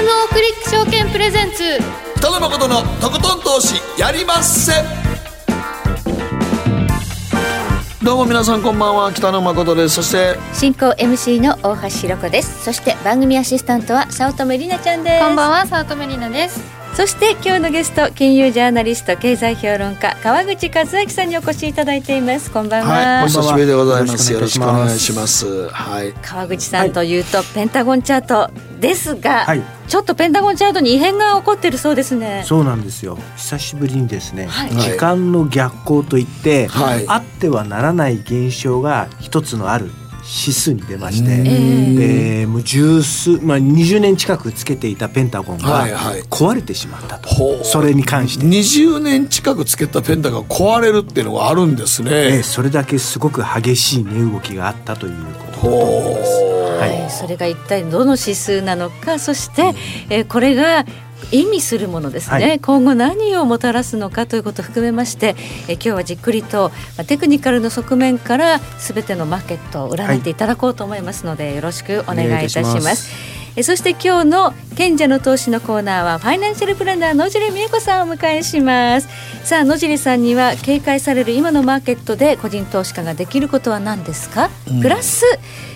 GMO クリック証券プレゼンツ北野誠のとことん投資やりまっせ。どうも皆さんこんばんは、北野誠です。そして進行 MC の大橋ひろ子です。そして番組アシスタントは早乙女里奈ちゃんです。 こんばんは、早乙女里奈です。 そして今日のゲスト、金融ジャーナリスト経済評論家川口和明さんにお越しいただいています。こんばんは。 はい、お久しぶりでございます。よろしくお願いします。はい、 川口さんというと、ペンタゴンチャートですが、 はい、 ちょっとペンタゴンチャートに異変が起こってるそうですね。 そうなんですよ。久しぶりにですね、 はい、 時間の逆行といって、 はい、 あってはならない現象が一つのある指数に出まして、もう20年近くつけていたペンタゴンが壊れてしまったと、はいはい、それに関して 20年近くつけたペンタゴンが壊れるっていうのがあるんですね。 それだけすごく激しい値動きがあったということだと思います。 はい、それが一体どの指数なのか、そして、これが意味するものですね、はい、今後何をもたらすのかということを含めまして、今日はじっくりとテクニカルの側面から全てのマーケットを占っていただこうと思いますので、はい、よろしくお願いいたします。そして今日の賢者の投資のコーナーはファイナンシャルプランナー野尻美恵子さんをお迎えします。さあ、野尻さんには警戒される今のマーケットで個人投資家ができることは何ですか、プラス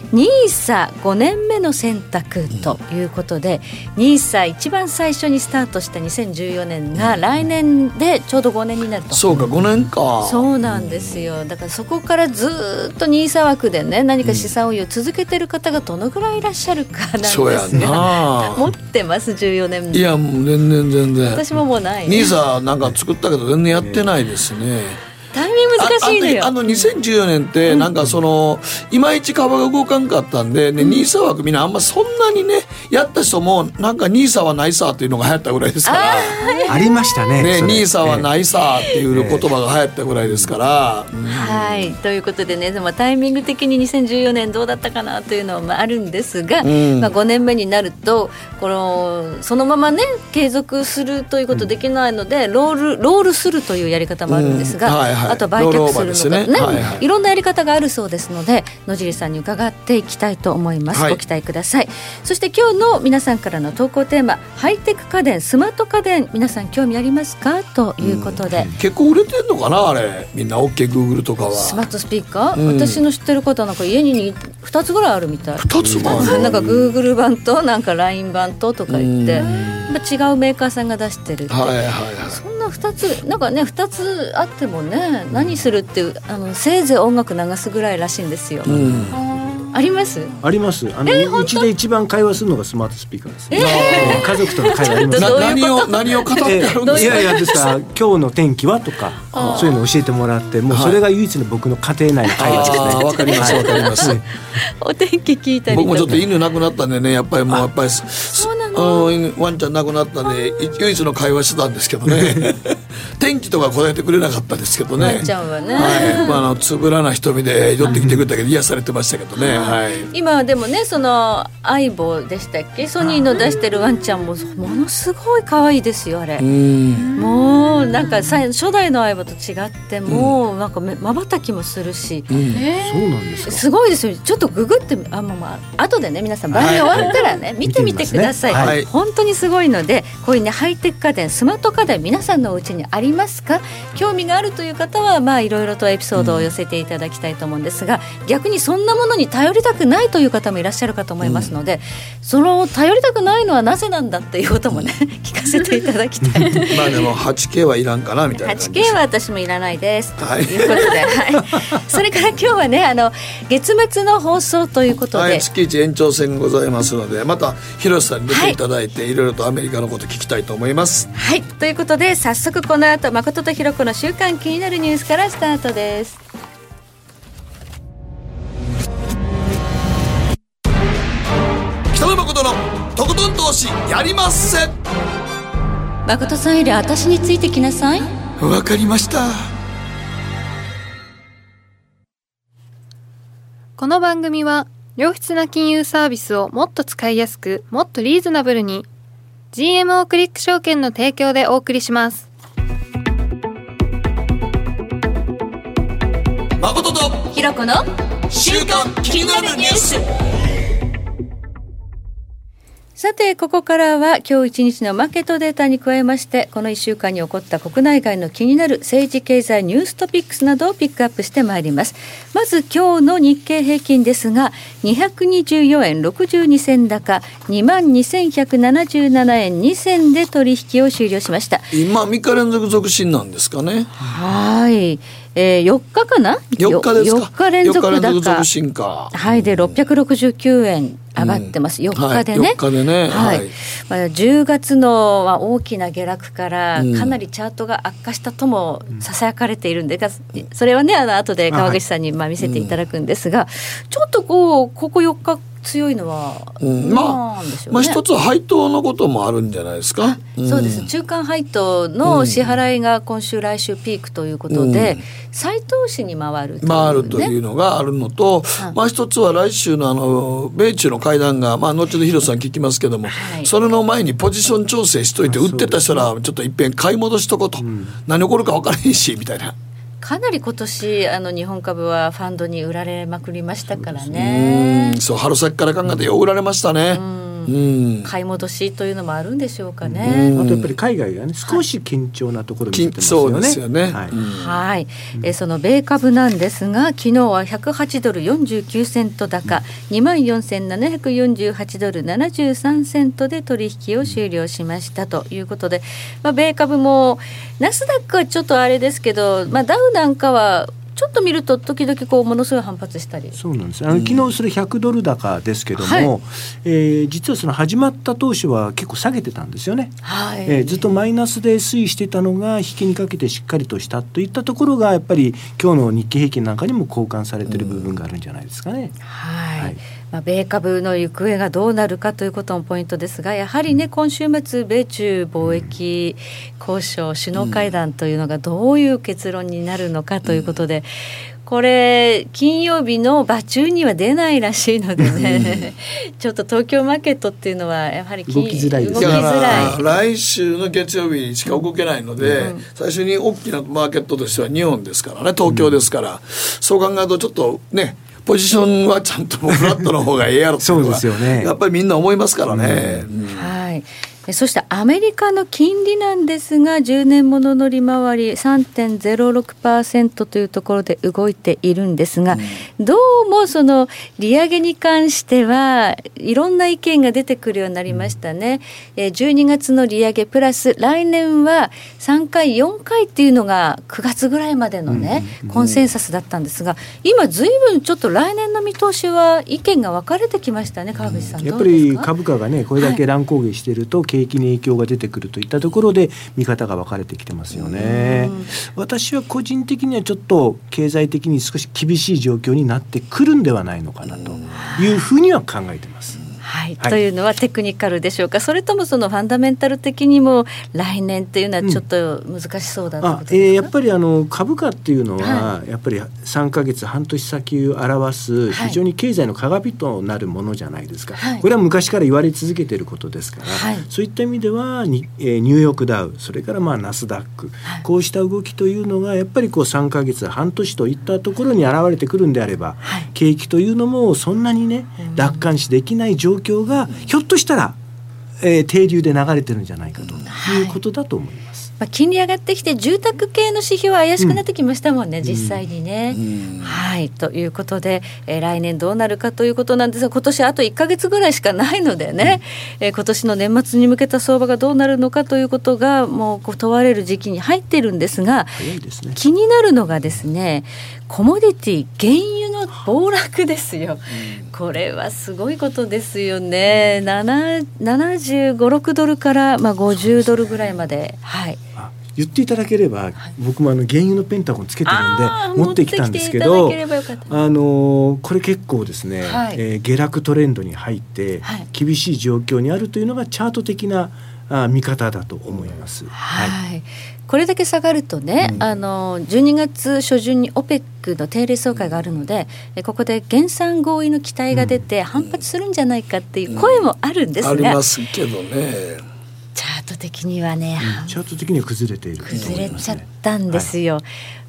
NISA5 年目の選択ということで、NISA 一番最初にスタートした2014年が来年でちょうど5年になると。 そうか、5年か。 そうなんですよ。だからそこからずっと NISA 枠でね、何か資産運用を続けてる方がどのぐらいいらっしゃるかなんですが、 そうやな持ってます14年。 いや、もう全然私ももうない、 NISA なんか作ったけど全然やってないですね。 タイミング難しいのよ。 2014年ってなんかいまいち株が動かんかったんで、ね、NISA 枠みんなあんまそんなにねやった人もなんか NISA はないさっていうのが流行ったぐらいですから。 ありましたね。 NISA はないさっていう言葉が流行ったぐらいですから、 はい、ということでね、でもタイミング的に2014年どうだったかなというのはあるんですが、5年目になるとそのままね継続するということできないので、ロールするというやり方もあるんですが、 はいはい、 あと売却するのかね、 はいはい、 いろんなやり方があるそうですので、野尻さんに伺っていきたいと思います、はい、ご期待ください。そして今日の皆さんからの投稿テーマ、ハイテク家電、スマート家電、皆さん興味ありますかということで、 結構売れてんのかな、あれみんな OK、Google とかはスマートスピーカー、私の知ってる方なんか家に2つぐらいあるみたい。 2つもあるなんか Google 版となんか LINE 版とか言って、違うメーカーさんが出してるって、はいはいはい、そんな2つなんかね、2つあってもね、何するっていう、せいぜい音楽流すぐらいらしいんですよ、あります？ あります。うちで一番会話するのがスマートスピーカーですね。家族との会話あります。 何を語ってあるんですか？ いやですから今日の天気はとかそういうのを教えてもらって、もうそれが唯一の僕の家庭内の会話ですね。 わかりますわかります。 お天気聞いたりとか。 僕もちょっと犬亡くなったんでね、やっぱりそうなの、ワンちゃん亡くなったんで唯一の会話してたんですけどね天気とか答えてくれなかったですけどね、 ワンちゃんはね、 はい、つぶらな瞳で寄ってきてくれたけど癒されてましたけどね、はい、 今はでもね、相棒でしたっけ、ソニーの出してるワンちゃんもものすごい可愛いですよ、あれ。もうなんか初代の相棒と違ってもうなんか瞬きもするし、 そうなんですか。 すごいですよ。ちょっとググって後でね、皆さん番組終わったらね、見てみてください、はい、本当にすごいので、こういうねハイテク家電、スマート家電、皆さんのお家にありますか？興味があるという方はいろいろとエピソードを寄せていただきたいと思うんですが、逆にそんなものに頼りたくないという方もいらっしゃるかと思いますので、頼りたくないのはなぜなんだっていうこともね聞かせていただきたいでも 8K はいらんかなみたいな感じです。 8K は私もいらないです、 はい、 ということで、はい、それから今日はね月末の放送ということで、 はい、月1延長戦ございますので、また広瀬さんに出ていただいて、いろいろとアメリカのこと聞きたいと思います。 はい、ということで早速この後、誠とひろ子の週刊気になるニュースからスタートです。 北野誠のとことん投資やりまっせ。 誠さんより私についてきなさい。 わかりました。 この番組は良質な金融サービスをもっと使いやすく、もっとリーズナブルに GMO クリック証券の提供でお送りします。 誠とひろ子の週刊気になるニュース。 さてここからは今日一日のマーケットデータに加えまして、この1週間に起こった国内外の気になる政治経済ニューストピックスなどをピックアップしてまいります。まず今日の日経平均ですが、224円62銭高 22,177 円2銭で取引を終了しました。 今3日連続続伸なんですかね。 はい、4日かな、 4日ですか。 4日連続高、 4日連続続伸か。 はい、で669円上がってます、4日でね、 はい、4日でね、 はい10月のは大きな下落からかなりチャートが悪化したともささやかれているんで、それはね後で川口さんに見せていただくんですが、ちょっとここ4日強いのはなんでしょうね。 一つは配当のこともあるんじゃないですか。 そうです、中間配当の支払いが今週来週ピークということで、再投資に回るというのがあるのと、一つは来週の米中の会談が、後で広瀬さん聞きますけども、それの前にポジション調整しといて、売ってた人らちょっといっぺん買い戻しとこうと、何起こるか分からへんしみたいな。 かなり今年日本株はファンドに売られまくりましたからね。 そう春先から考えてよう売られましたね。 買い戻しというのもあるんでしょうかね。 あとやっぱり海外がね少し堅調なところ見せてますよね。 そうですよね。 はい、その米株なんですが、昨日は108ドル49セント高 24,748 ドル73セントで取引を終了しましたということで、米株もナスダックはちょっとあれですけど、ダウなんかはちょっと見ると時々ものすごい反発したり。 そうなんです。昨日それ100ドル高ですけども、実はその始まった当初は結構下げてたんですよね。ずっとマイナスで推移してたのが引きにかけてしっかりとしたといったところがやっぱり今日の日経平均なんかにも交換されている部分があるんじゃないですかね。 米株の行方がどうなるかということもポイントですが、やはりね今週末米中貿易交渉首脳会談というのがどういう結論になるのかということで、これ金曜日の場中には出ないらしいのでね、ちょっと東京マーケットっていうのはやはり動きづらいですね。 だから来週の月曜日しか動けないので、最初に大きなマーケットとしては日本ですからね、東京ですから、そう考えるとちょっとねポジションはちゃんとフラットの方がええやろっていうのはそうですよね、やっぱりみんな思いますからね。 そしてアメリカの金利なんですが、10年ものの利回り 3.06% というところで動いているんですが、どうもその利上げに関してはいろんな意見が出てくるようになりましたね。12月の利上げプラス来年は3回4回っていうのが9月ぐらいまでのね、コンセンサスだったんですが、今ずいぶんちょっと来年の見通しは意見が分かれてきましたね。川口さんどうですか。 やっぱり株価がねこれだけ乱高下していると、景気に影響が出てくるといったところで見方が分かれてきてますよね。私は個人的にはちょっと経済的に少し厳しい状況になってくるんではないのかなというふうには考えています。 というのはテクニカルでしょうか、それともそのファンダメンタル的にも来年っていうのはちょっと難しそうだということですか。 やっぱり株価っていうのは、やっぱり3ヶ月半年先を表す非常に経済の鏡となるものじゃないですか。これは昔から言われ続けていることですから、そういった意味ではニューヨークダウ、それからナスダック、こうした動きというのがやっぱり3ヶ月半年といったところに現れてくるんであれば、景気というのもそんなにね楽観視できない状況がひょっとしたら、低流で流れてるんじゃないかということだと思います。 金利上がってきて住宅系の指標は怪しくなってきましたもんね、実際にね。ということで、来年どうなるかということなんですが、今年あと1ヶ月ぐらいしかないのでね、今年の年末に向けた相場がどうなるのかということがもう問われる時期に入っているんですが、 早いですね。 気になるのがですね、コモディティ原油の暴落ですよ。これはすごいことですよね。75、6ドルから、50ドルぐらいまで、 言っていただければ、僕も原油のペンタゴンつけてるんで持ってきたんですけど、これ結構ですね、下落トレンドに入って厳しい状況にあるというのがチャート的な見方だと思います。 これだけ下がるとね、12月初旬に OPEC の定例総会があるので、ここで減産合意の期待が出て反発するんじゃないかっていう声もあるんですが、 ありますけどね、 チャート的にはね、 チャート的には崩れていると思いますね。 崩れちゃったんですよ。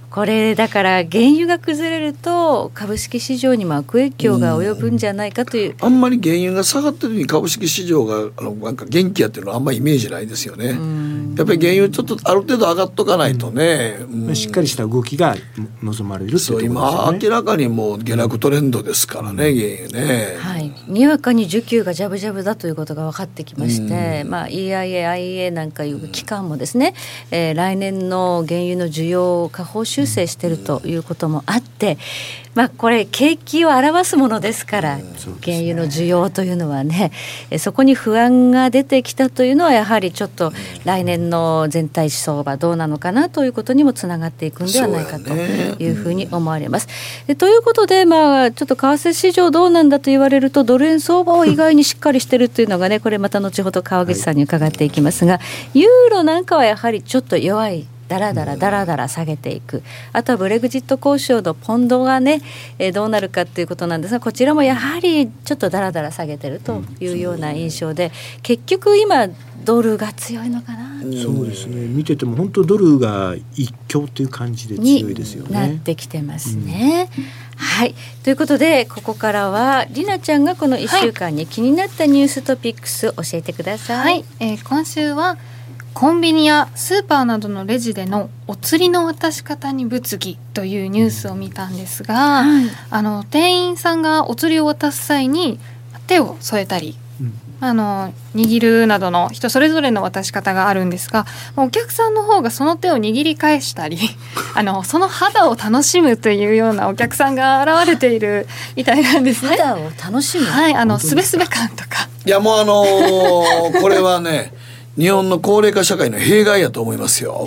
これだから原油が崩れると株式市場にも悪影響が及ぶんじゃないかという、 あんまり原油が下がってるのに株式市場がなんか元気やっていうのはあんまりイメージないですよね。やっぱり原油ちょっとある程度上がっとかないとね、 しっかりした動きが望まれるっていうところですよね。 今明らかにもう下落トレンドですからね、原油ね、 はい、にわかに需給がジャブジャブだということが分かってきまして、EIA、IEA なんかいう機関もですね、来年の原油の需要を下方修正しているということもあって、これ景気を表すものですから、原油の需要というのはね、そこに不安が出てきたというのはやはりちょっと来年の全体相場どうなのかなということにもつながっていくんではないかというふうに思われます。ということで、ちょっと為替市場どうなんだと言われると、ドル円相場は意外にしっかりしてるというのがね、これまた後ほど川口さんに伺っていきますが、ユーロなんかはやはりちょっと弱い、だらだら下げていく。あとはブレグジット交渉のポンドがね、どうなるかということなんですが、こちらもやはりちょっとだらだら下げてるというような印象で、結局今ドルが強いのかな、 そうですね、見てても本当ドルが一強という感じで強いですよね。 なってきてますね、はい、ということでここからはりなちゃんがこの1週間に気になったニューストピックス教えてください。 はい、今週はコンビニやスーパーなどのレジでのお釣りの渡し方に物議というニュースを見たんですが、店員さんがお釣りを渡す際に手を添えたり、握るなどの人それぞれの渡し方があるんですが、お客さんの方がその手を握り返したりその肌を楽しむというようなお客さんが現れているみたいなんですね。 肌を楽しむ、 はい、すべすべ感とか。 いやもうこれはね日本の高齢化社会の弊害やと思いますよ。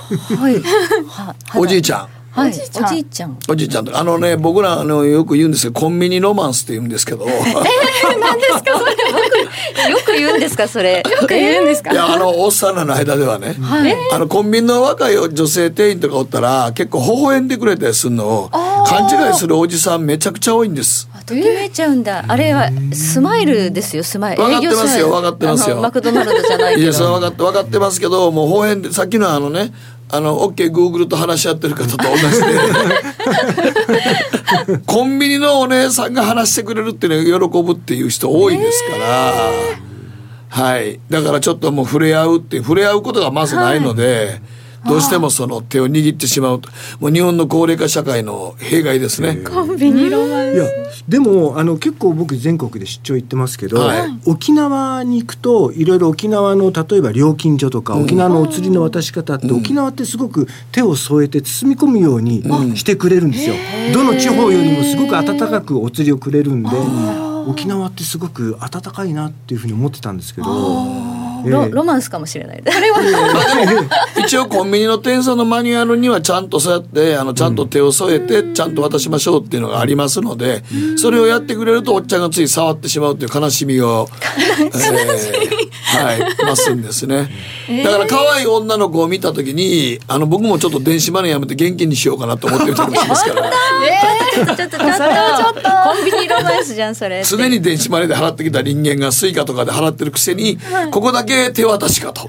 おじいちゃん、 はい、おじいちゃんと僕らよく言うんですけど、コンビニロマンスって言うんですけど何ですかそれよく言うんですかそれよく言うんですか。 いやおっさんらの間ではね、コンビニの若い女性店員とかおったら結構微笑んでくれたりするのを勘違いするおじさんめちゃくちゃ多いんです。 ときめいちゃうんだ。あれはスマイルですよ、スマイル。 分かってますよ、分かってますよ。 マクドナルドじゃないけど。 いやそれは分かってますけど、もう微笑んで、さっきのOK Google と話し合ってる方と同じでコンビニのお姉さんが話してくれるっていうのを喜ぶっていう人多いですから、はい、だからちょっともう触れ合うことがまずないので、どうしてもその手を握ってしまうと、もう日本の高齢化社会の弊害ですね。 コンビニロマンス。 いやでも結構僕全国で出張行ってますけど、沖縄に行くといろいろ沖縄の例えば料金所とか、沖縄のお釣りの渡し方って、沖縄ってすごく手を添えて包み込むようにしてくれるんですよ。どの地方よりもすごく温かくお釣りをくれるんで、沖縄ってすごく温かいなっていうふうに思ってたんですけど、 ロマンスかもしれない。 これは一応コンビニの店員さんのマニュアルにはちゃんとそうやってちゃんと手を添えてちゃんと渡しましょうっていうのがありますので、それをやってくれるとおっちゃんがつい触ってしまうという悲しみを増すんですね。だから可愛い女の子を見た時に僕もちょっと電子マネーやめて現金にしようかなと思ってる時ですからちょっとコンビニロマンスじゃんそれ。 常に電子マネーで払ってきた人間がスイカとかで払ってるくせに、ここだけ手渡しかと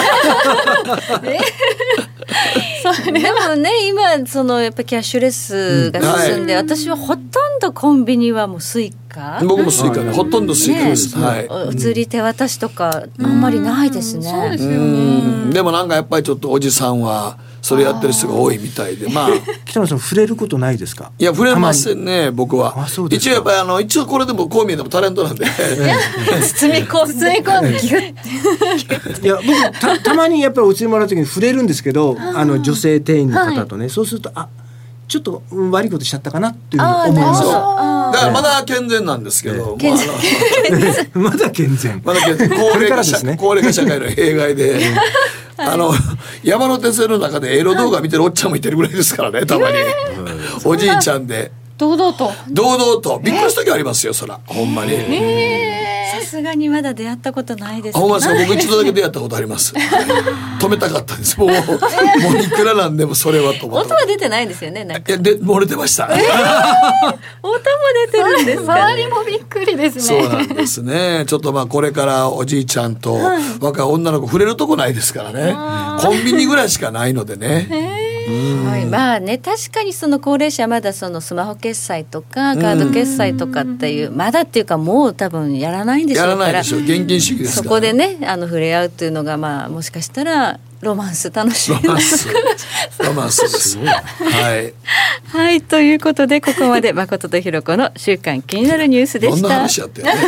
でもね今やっぱキャッシュレスが進んで、私はほとんどコンビニはもうスイカ。 僕もスイカね、ほとんどスイカです、 お釣り手渡しとかあんまりないですね。 そうですよね。 でもなんかやっぱりちょっとおじさんはそれやってる人が多いみたいで、 北野さん触れることないですか。 いや触れませんね僕は。一応やっぱり一応これでもこう見えてもタレントなんで包み込んでギュッいや僕たまにやっぱりお釣りもらう時に触れるんですけど、女性店員の方とね、そうするとちょっと悪いことしちゃったかなっていうふうに思います。 だからまだ健全なんですけど、 まだ健全高齢化社会の弊害で山手線の中でエロ動画見てるおっちゃんもいてるぐらいですからね、たまにおじいちゃんで堂々とびっくりした時ありますよ、そらほんまに。 さすがにまだ出会ったことないです。 ほんまですか。僕一度だけ出会ったことあります止めたかったんです。もういくらなんでもそれはと思って。 音は出てないんですよね。なんかいや漏れてました音も出てるんですか、 周りもびっくりですね。 そうなんですね。ちょっとこれからおじいちゃんと若い女の子触れるとこないですからね。コンビニぐらいしかないのでね。 はい、まあね、確かにその高齢者まだそのスマホ決済とかカード決済とかっていう、まだっていうかもう多分やらないんでしょうから、 やらないでしょう、現金主義ですから、 そこでね触れ合うっていうのが、まあもしかしたらロマンス楽しいロマンスですはいはい、ということでここまで誠とひろ子の週刊気になるニュースでした。 どんな話やったよね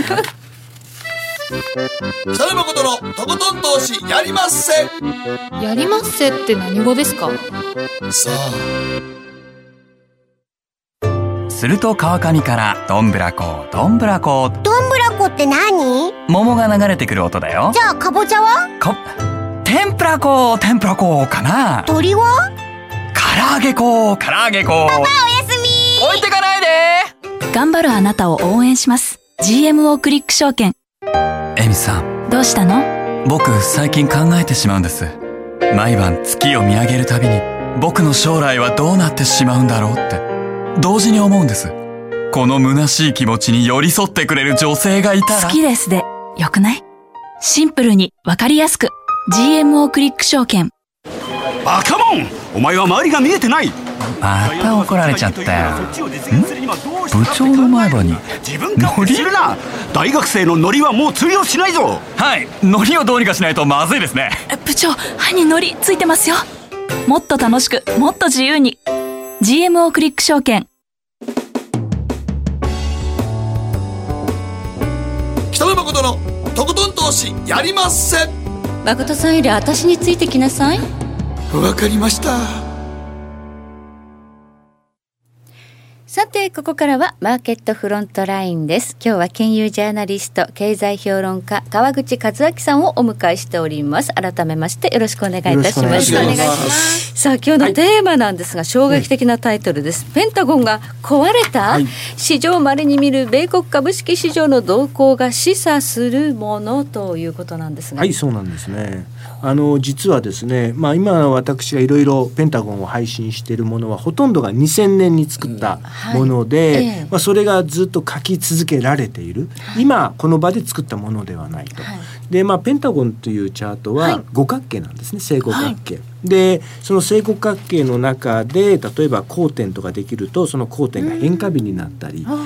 北野誠のとことん投資やりまっせ。 やりまっせって何語ですか？ さあ、すると川上からどんぶらこどんぶらこ。 どんぶらこって何？ 桃が流れてくる音だよ。 じゃあかぼちゃは？ 天ぷらこ天ぷらこかな。 鳥は？ 唐揚げこ唐揚げこ。 パパおやすみ。 置いてかないで。 頑張るあなたを応援します。 GMO クリック証券。 エミさん、 どうしたの？ 僕最近考えてしまうんです。毎晩月を見上げるたびに僕の将来はどうなってしまうんだろうって同時に思うんです。この虚しい気持ちに寄り添ってくれる女性がいたら。 好きですでよくない？シンプルにわかりやすく GMO クリック証券。 バカモン、お前は周りが見えてない。 また怒られちゃったよ。部長の前歯にノリ？ 大学生のノリはもう通用しないぞ。 はい、ノリをどうにかしないとまずいですね。 部長、歯にノリついてますよ。もっと楽しく、もっと自由に GMO クリック証券。 北野誠のとことん投資やりまっせ。 誠さんより私についてきなさい。 わかりました。 さてここからはマーケットフロントラインです。今日は金融ジャーナリスト経済評論家川口和明さんをお迎えしております。改めましてよろしくお願いいたします。 よろしくお願いします。 さあ今日のテーマなんですが、衝撃的なタイトルです。ペンタゴンが壊れた、史上稀に見る米国株式市場の動向が示唆するものということなんですが、 はい、そうなんですね。実はですね、今私がいろいろペンタゴンを配信しているものはほとんどが2000年に作ったもので、それがずっと書き続けられている、今この場で作ったものではないと、で、ペンタゴンというチャートは五角形なんですね、正五角形、でその正五角形の中で例えば交点とかできるとその交点が変化日になったり、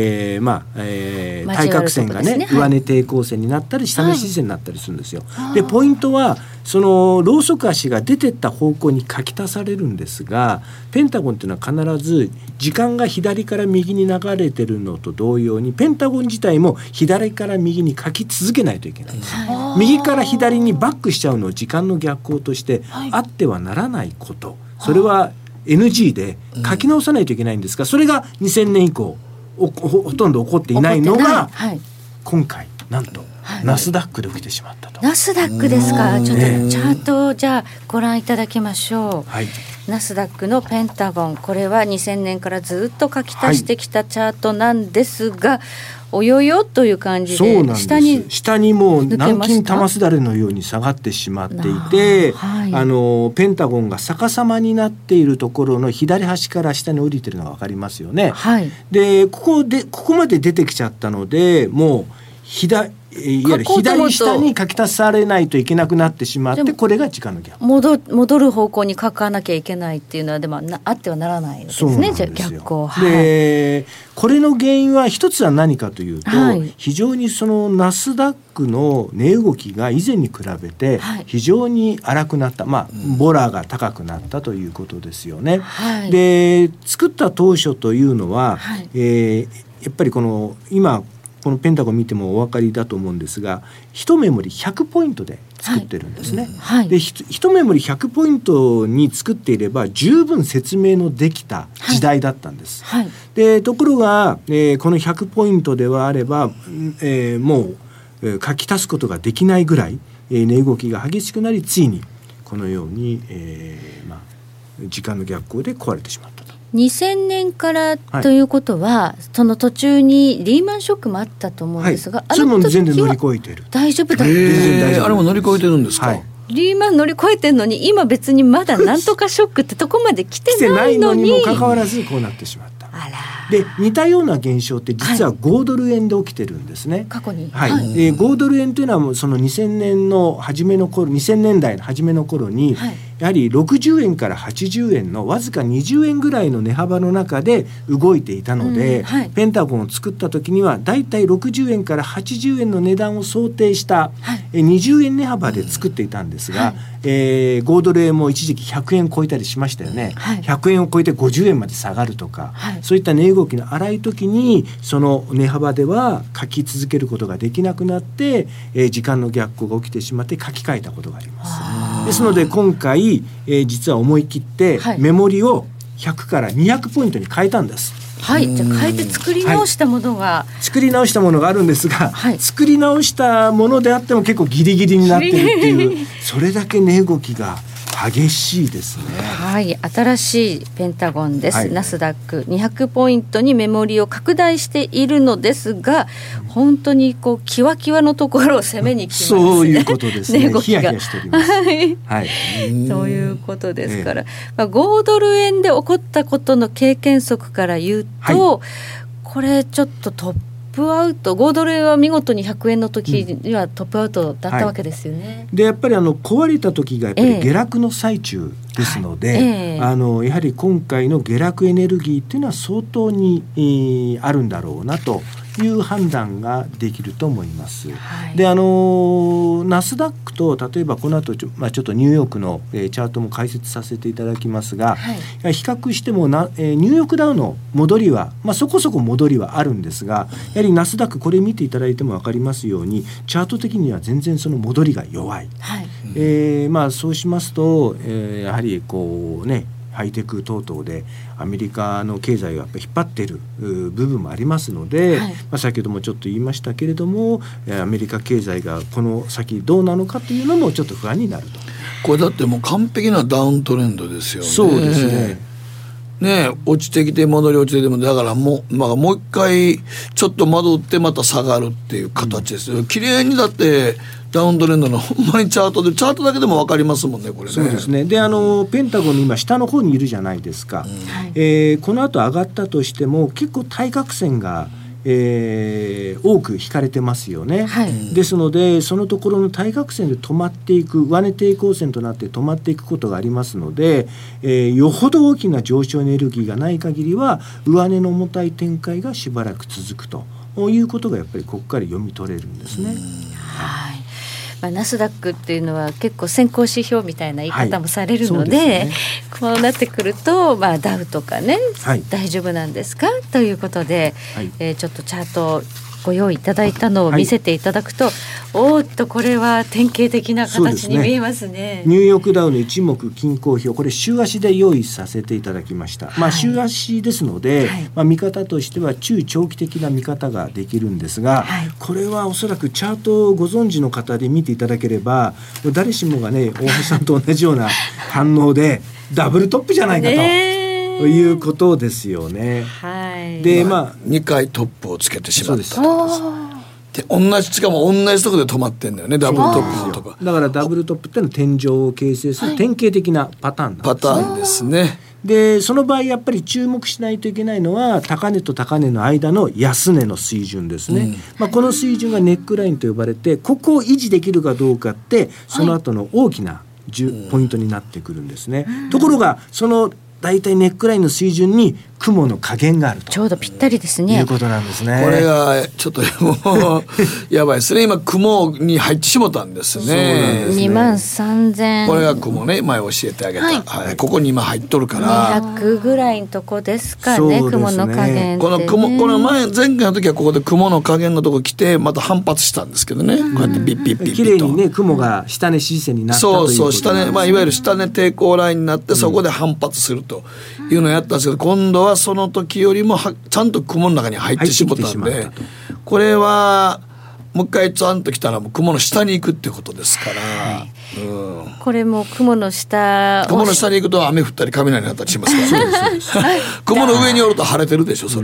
対角線がね、上値抵抗線になったり下値支持線になったりするんですよ。でポイントはそのローソク足が出てった方向に書き足されるんですが、ペンタゴンっていうのは必ず時間が左から右に流れてるのと同様にペンタゴン自体も左から右に書き続けないといけないんです、右から左にバックしちゃうのを時間の逆行としてあってはならないこと、それは NG で書き直さないといけないんですが、それが2000年以降ほとんど起こっていないのが今回なんとナスダックで起きてしまったと。 ナスダックですか。ちょっとチャートをじゃあご覧いただきましょう、ナスダックのペンタゴン、これは2000年からずっと書き足してきたチャートなんですが、およよという感じで下にもう南京玉すだれのように下がってしまっていて、ペンタゴンが逆さまになっているところの左端から下に降りてるのが分かりますよね、でここまで出てきちゃったので、もういわゆる左下に書き足されないといけなくなってしまって、これが時間の逆戻る方向に書かなきゃいけないっていうのはでもあってはならないですね。じゃあ逆行、 でこれの原因は一つは何かというと、非常にそのナスダックの値動きが以前に比べて非常に荒くなった、ボラが高くなったということですよね、で作った当初というのは、やっぱり今このペンタゴン見てもお分かりだと思うんですが、1メモリ100ポイントで作ってるんですね、で1メモリ100ポイントに作っていれば十分説明のできた時代だったんです、でところが、この100ポイントではあれば、もう書き足すことができないぐらい、値動きが激しくなり、ついにこのように、時間の逆行で壊れてしまったと。 2000年からということは、その途中にリーマンショックもあったと思うんですが、 それも全然乗り越えてる。 大丈夫だった、 あれも乗り越えてるんですか、 リーマン乗り越えてるのに今別にまだなんとかショックってとこまで来てないのにもかかわらずこうなってしまった。で似たような現象って実は5ドル円で起きてるんですね、 過去に、 5ドル円というのはもうその2000年代の初めの頃に、 やはり60円から80円のわずか20円ぐらいの値幅の中で動いていたので、ペンタゴンを作った時にはだいたい60円から80円の値段を想定した、20円値幅で作っていたんですが、5ドル円も一時期100円超えたりしましたよね、100円を超えて50円まで下がるとか、そういった値動きの荒い時にその値幅では書き続けることができなくなって、時間の逆行が起きてしまって書き換えたことがあります。ですので今回、実は思い切ってメモリを100から200ポイントに変えたんです。 じゃあ変えて作り直したものが、 作り直したものがあるんですが、作り直したものであっても結構ギリギリになっているっていうそれだけ値動きが激しいですね。 新しいペンタゴンです、ナスダック200ポイントにメモリを拡大しているのですが、本当にこうキワキワのところを攻めに来ますね。 そういうことですね。ヒヤヒヤしております。 そういうことですから、5ドル円で起こったことの経験則から言うと、これちょっとトップアウト、5ドル円は見事に100円の時にはトップアウトだったわけですよね。 でやっぱり壊れた時がやっぱり下落の最中ですので、やはり今回の下落エネルギーっていうのは相当に、あるんだろうなという判断ができると思います。でナスダックと例えばこの後ちょっとニューヨークの、チャートも解説させていただきますが、比較してもニューヨークダウの戻りは、そこそこ戻りはあるんですが、やはりナスダックこれ見ていただいても分かりますようにチャート的には全然その戻りが弱い、そうしますと、やはりこうねハイテク等々でアメリカの経済をやっぱり引っ張っている部分もありますので、先ほどもちょっと言いましたけれども、アメリカ経済がこの先どうなのかというのもちょっと不安になると。 これだってもう完璧なダウントレンドですよね。 そうですね。 落ちてきて戻り落ちてでもだからもう一回ちょっと戻ってまた下がるっていう形ですよ。綺麗にだってダウントレンドのほんまにチャートだけでも分かりますもんね、これね。 そうですね。でペンタゴンの今下の方にいるじゃないですか、この後上がったとしても結構対角線が多く引かれてますよね、ですのでそのところの対角線で止まっていく、上値抵抗線となって止まっていくことがありますので、よほど大きな上昇エネルギーがない限りは上値の重たい展開がしばらく続くということがやっぱりここから読み取れるんですね。 ナスダックっていうのは結構先行指標みたいな言い方もされるので、こうなってくると、ダウとかね、大丈夫なんですかということで、ちょっとチャートご用意いただいたのを見せていただくと、おーっとこれは典型的な形に見えますね。 ニューヨークダウの一目均衡表、これ週足で用意させていただきました。週足ですので、見方としては中長期的な見方ができるんですが、これはおそらくチャートをご存知の方で見ていただければ誰しもがね、大橋さんと同じような反応でダブルトップじゃないかということですよね。 で2回トップをつけてしまったで、しかも同じところで止まってんだよね、ダブルトップのとか。 だからダブルトップっていうのは天井を形成する典型的なパターンなんですね。 パターンですね。 でその場合やっぱり注目しないといけないのは高値と高値の間の安値の水準ですね、この水準がネックラインと呼ばれて、ここを維持できるかどうかってその後の大きなポイントになってくるんですね。ところがそのだいたいネックラインの水準に雲の加減があると、 ちょうどぴったりですね。 いうことなんですね。 これがちょっともうやばいですね。今雲に入ってしもたんですね。 23,000、 これが雲ね、前教えてあげた、ここに今入っとるから 200ぐらいのとこですかね、雲の加減ってね。 この前回の時はここで雲の加減のとこ来てまた反発したんですけどね、こうやってビッビッビッビッと綺麗にね、雲が下値支持線になったということそう下値、いわゆる下値抵抗ラインになって、そこで反発するというのをやったんですけど、今度はその時よりもちゃんと雲の中に入ってしまったんで、これはもう一回ちゃんと来たらもう雲の下に行くっていうことですから、 これも雲の下に行くと雨降ったり雷になったりしますから雲の上におると晴れてるでしょ、それ、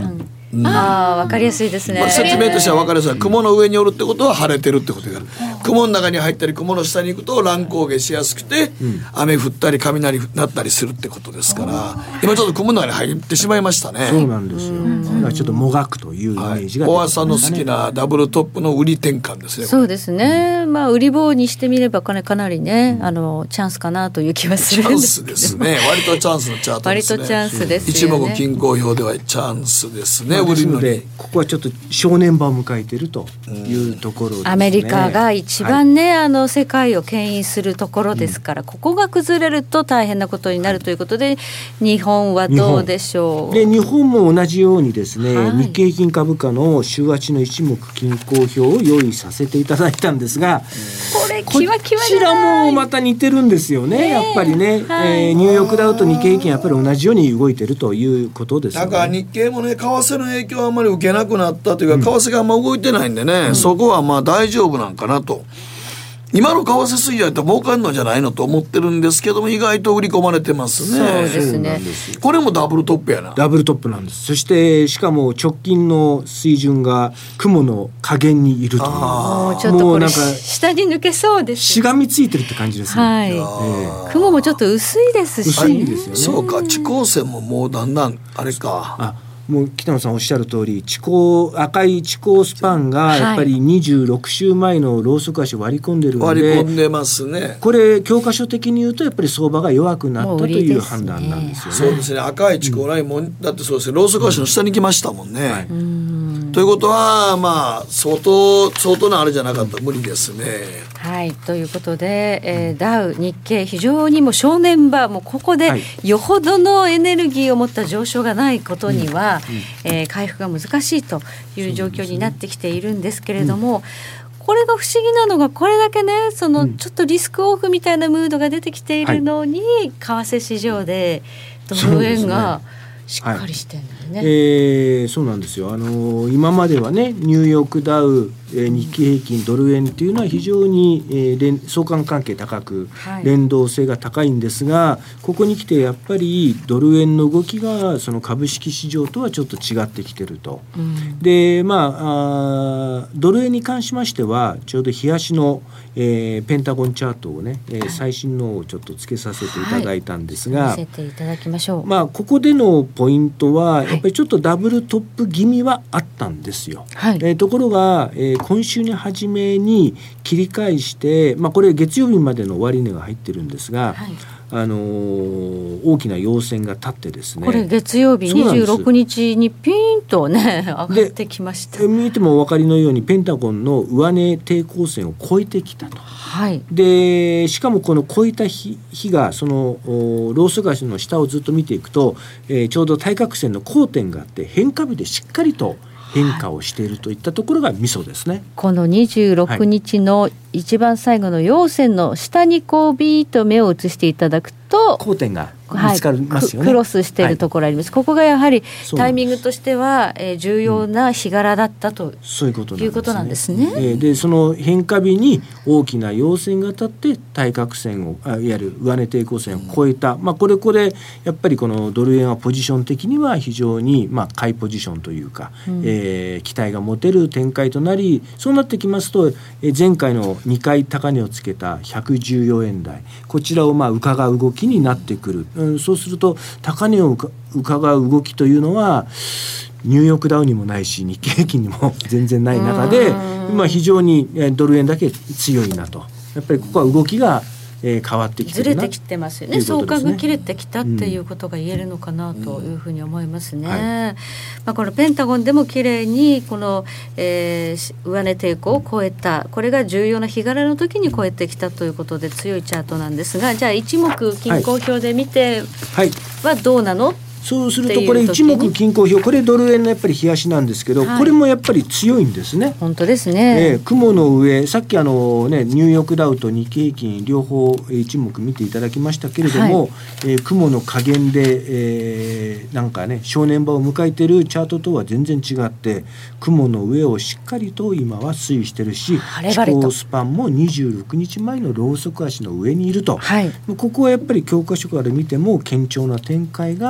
わかりやすいですね。 説明としては分かりやすい。雲の上におるってことは晴れてるってことがある。雲の中に入ったり雲の下に行くと乱高下しやすくて、雨降ったり雷鳴ったりするってことですから、今ちょっと雲の中に入ってしまいましたね。 そうなんですよ。ちょっともがくというイメージが、 大橋さんの好きなダブルトップの売り転換ですね。 そうですね、売り棒にしてみればかなりね、チャンスかなという気はするんですけど。 チャンスですね。割とチャンスのチャートですね。 割とチャンスですよね。 一目均衡表ではチャンスですね。 ですのでここはちょっと正念場を迎えているというところですね。 アメリカが一番ね、世界を牽引するところですから、ここが崩れると大変なことになるということで、日本はどうでしょう。 で日本も同じようにですね、日経平均株価の週足の一目均衡表を用意させていただいたんですが、 こちらもまた似てるんですよね。やっぱりね、ニューヨークダウと日経平均やっぱり同じように動いてるということですよね。 だから日経もね、為替の影響はあんまり受けなくなったというか、為替があんま動いてないんでね、そこはまあ大丈夫なんかなと。今の為替水準やったら儲かるのじゃないのと思ってるんですけども、意外と売り込まれてますね。 そうですね。 これもダブルトップやな。 ダブルトップなんです。そしてしかも直近の水準が雲の下限にいるという。 もうちょっとこれ下に抜けそうです。 しがみついてるって感じですね。 雲もちょっと薄いですし、 薄いですよね。 そうか、地高線ももうだんだんあれか。 もう北野さんおっしゃる通り、赤い地高スパンがやっぱり26週前のローソク足を割り込んでるので、 割り込んでますね。 これ教科書的に言うとやっぱり相場が弱くなったという判断なんですよね。 そうですね。赤い地高ラインも、だってそうですね、ローソク足の下に来ましたもんね。ということはまあ相当なあれじゃなかったら無理ですね。 はい、ということで、ダウ日経非常にも正念場、もうここでよほどのエネルギーを持った上昇がないことには、回復が難しいという状況になってきているんですけれども、これが不思議なのが、これだけね、ちょっとリスクオフみたいなムードが出てきているのに、為替市場でドル円がしっかりしてるんだよね。 そうなんですよ。今まではね、ニューヨークダウ、日経平均ドル円っていうのは非常に、相関関係高く、連動性が高いんですが、ここに来てやっぱりドル円の動きがその株式市場とはちょっと違ってきてると。でドル円に関しましてはちょうど日足の、ペンタゴンチャートをね、最新のをちょっとつけさせていただいたんですが、 見せていただきましょう。 ここでのポイントはやっぱりちょっとダブルトップ気味はあったんですよ。ところが、今週に初めに切り返して、これ月曜日までの終値が入ってるんですが、大きな陽線が立ってですね、 これ月曜日26日にピーンとね上がってきました。 見てもお分かりのようにペンタゴンの上値抵抗線を超えてきたと。でしかもこの超えた日がそのローソク足の下をずっと見ていくと、ちょうど対角線の交点があって変化日でしっかりと変化をしているといったところがミソですね。 この26日の一番最後の陽線の下にこうビーッと目を移していただくと交点が見つかりますよね。 クロスしているところあります。ここがやはりタイミングとしては、重要な日柄だったと、いうことなんですね。 でその変化日に大きな陽線が立って対角線をいわゆる上値抵抗線を超えた、これやっぱりこのドル円はポジション的には非常に買いポジションというか、期待が持てる展開となり、そうなってきますと、前回の2回高値をつけた114円台、こちらを伺う動きになってくる。そうすると高値を伺う動きというのはニューヨークダウにもないし日経平均にも全然ない中で、非常にドル円だけ強いなと。やっぱりここは動きが変わってきてるな、 ずれてきてますよね。相関が切れてきたっていうことが言えるのかなというふうに思いますね。このペンタゴンでもきれいにこの、上値抵抗を超えた、これが重要な日柄の時に超えてきたということで強いチャートなんですが、じゃあ一目均衡表で見てはどうなの？ そうするとこれ一目均衡表、これドル円のやっぱり日足なんですけど、これもやっぱり強いんですね。 本当ですね。 雲の上、さっきニューヨークダウと日経平均両方一目見ていただきましたけれども、雲の下限で、正念場を迎えているチャートとは全然違って、雲の上をしっかりと今は推移してるし、地高スパンも26日前のローソク足の上にいると、ここはやっぱり教科書から見ても堅調な展開が見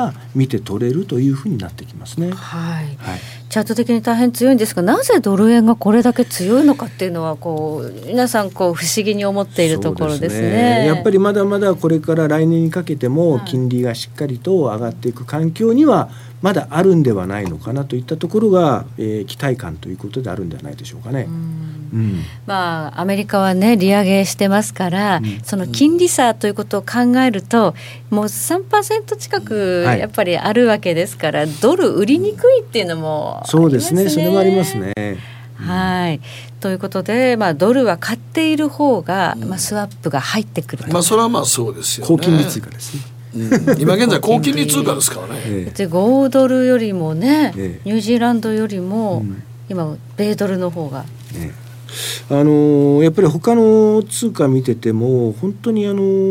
見て取れるというふうになってきますね。 はい、チャート的に大変強いんですが、なぜドル円がこれだけ強いのかっていうのは皆さん不思議に思っているところですね。 やっぱりまだまだこれから来年にかけても金利がしっかりと上がっていく環境にはまだあるんではないのかなといったところが、期待感ということであるんではないでしょうかね。 アメリカはね利上げしてますから、その金利差ということを考えるともう 3% 近くやっぱりあるわけですから、ドル売りにくいっていうのもありますね。 そうですね、それもありますね。 ということで、ドルは買っている方が、スワップが入ってくると、 それはそうですよね。 高金利通貨ですね。 今現在高金利通貨ですからね。 で5ドルよりもね、ニュージーランドよりも、今米ドルの方が、 やっぱり他の通貨見てても本当に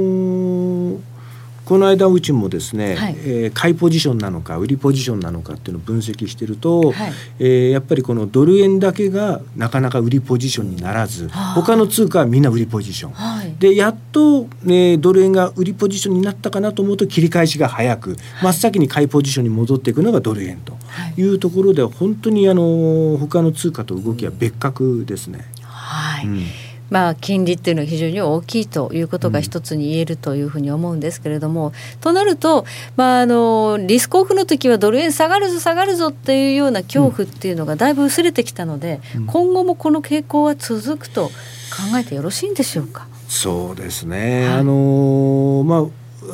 この間うちもですね、買いポジションなのか売りポジションなのかっていうのを分析してると、やっぱりこのドル円だけがなかなか売りポジションにならず、他の通貨はみんな売りポジション、でやっと、ドル円が売りポジションになったかなと思うと切り返しが早く真っ先に買いポジションに戻っていくのがドル円というところでは、本当に他の通貨と動きは別格ですね。 金利っていうのは非常に大きいということが一つに言えるというふうに思うんですけれども、となると、リスクオフの時はドル円下がるぞ下がるぞっていうような恐怖っていうのがだいぶ薄れてきたので、今後もこの傾向は続くと考えてよろしいんでしょうか。 そうですね、この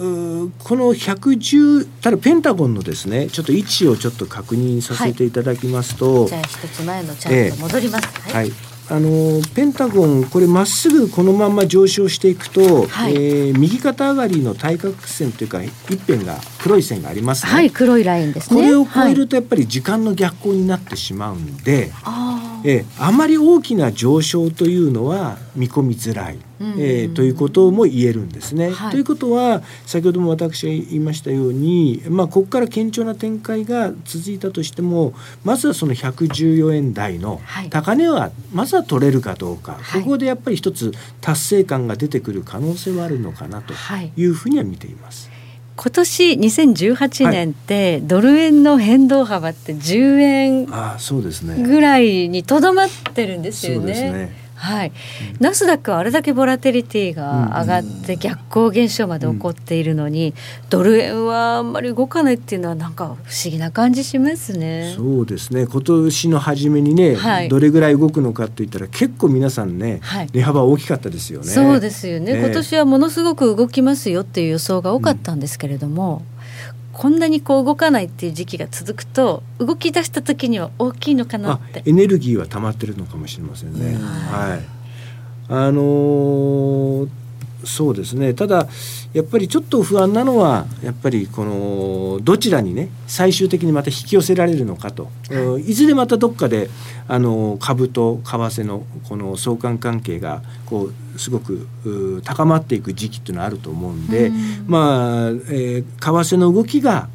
110、ただペンタゴンのですねちょっと位置をちょっと確認させていただきますと、 じゃあ一つ前のチャート戻ります。 ペンタゴンこれまっすぐこのまま上昇していくと、右肩上がりの対角線というか一辺が黒い線がありますね。 黒いラインですね。 これを超えるとやっぱり時間の逆行になってしまうんで、あまり大きな上昇というのは見込みづらい、ということも言えるんですね。ということは先ほども私が言いましたように、ここから堅調な展開が続いたとしても、まずはその114円台の高値はまずは取れるかどうか、ここでやっぱり一つ達成感が出てくる可能性はあるのかなというふうには見ています。 今年2018年ってドル円の変動幅って10円ぐらいにとどまってるんですよね。ナスダックはあれだけボラテリティが上がって逆行現象まで起こっているのに、ドル円はあんまり動かないっていうのはなんか不思議な感じしますね。 そうですね、今年の初めにね、どれぐらい動くのかといったら結構皆さんね、値幅大きかったですよね。 そうですよね、今年はものすごく動きますよっていう予想が多かったんですけれども、こんなに動かないっていう時期が続くと動き出した時には大きいのかなって、 エネルギーは溜まってるのかもしれませんね。そうですね、ただやっぱりちょっと不安なのはやっぱりこのどちらにね最終的にまた引き寄せられるのかと、いずれまたどっかで株と為替のこの相関関係がすごく高まっていく時期っていうのはあると思うんで、為替の動きが、